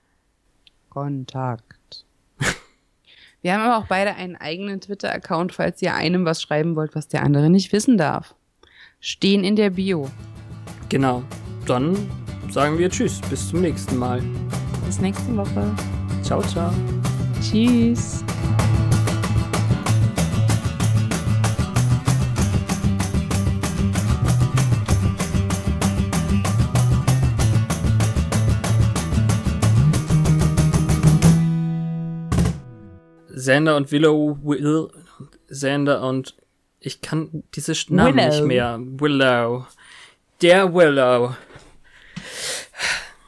Kontakt. Wir haben aber auch beide einen eigenen Twitter-Account, falls ihr einem was schreiben wollt, was der andere nicht wissen darf. Stehen in der Bio. Genau. Dann sagen wir Tschüss. Bis zum nächsten Mal. Bis nächste Woche. Ciao, ciao. Tschüss. Xander und Willow, Will, Xander und ich kann diese Namen Willow. nicht mehr. Willow. Der Willow.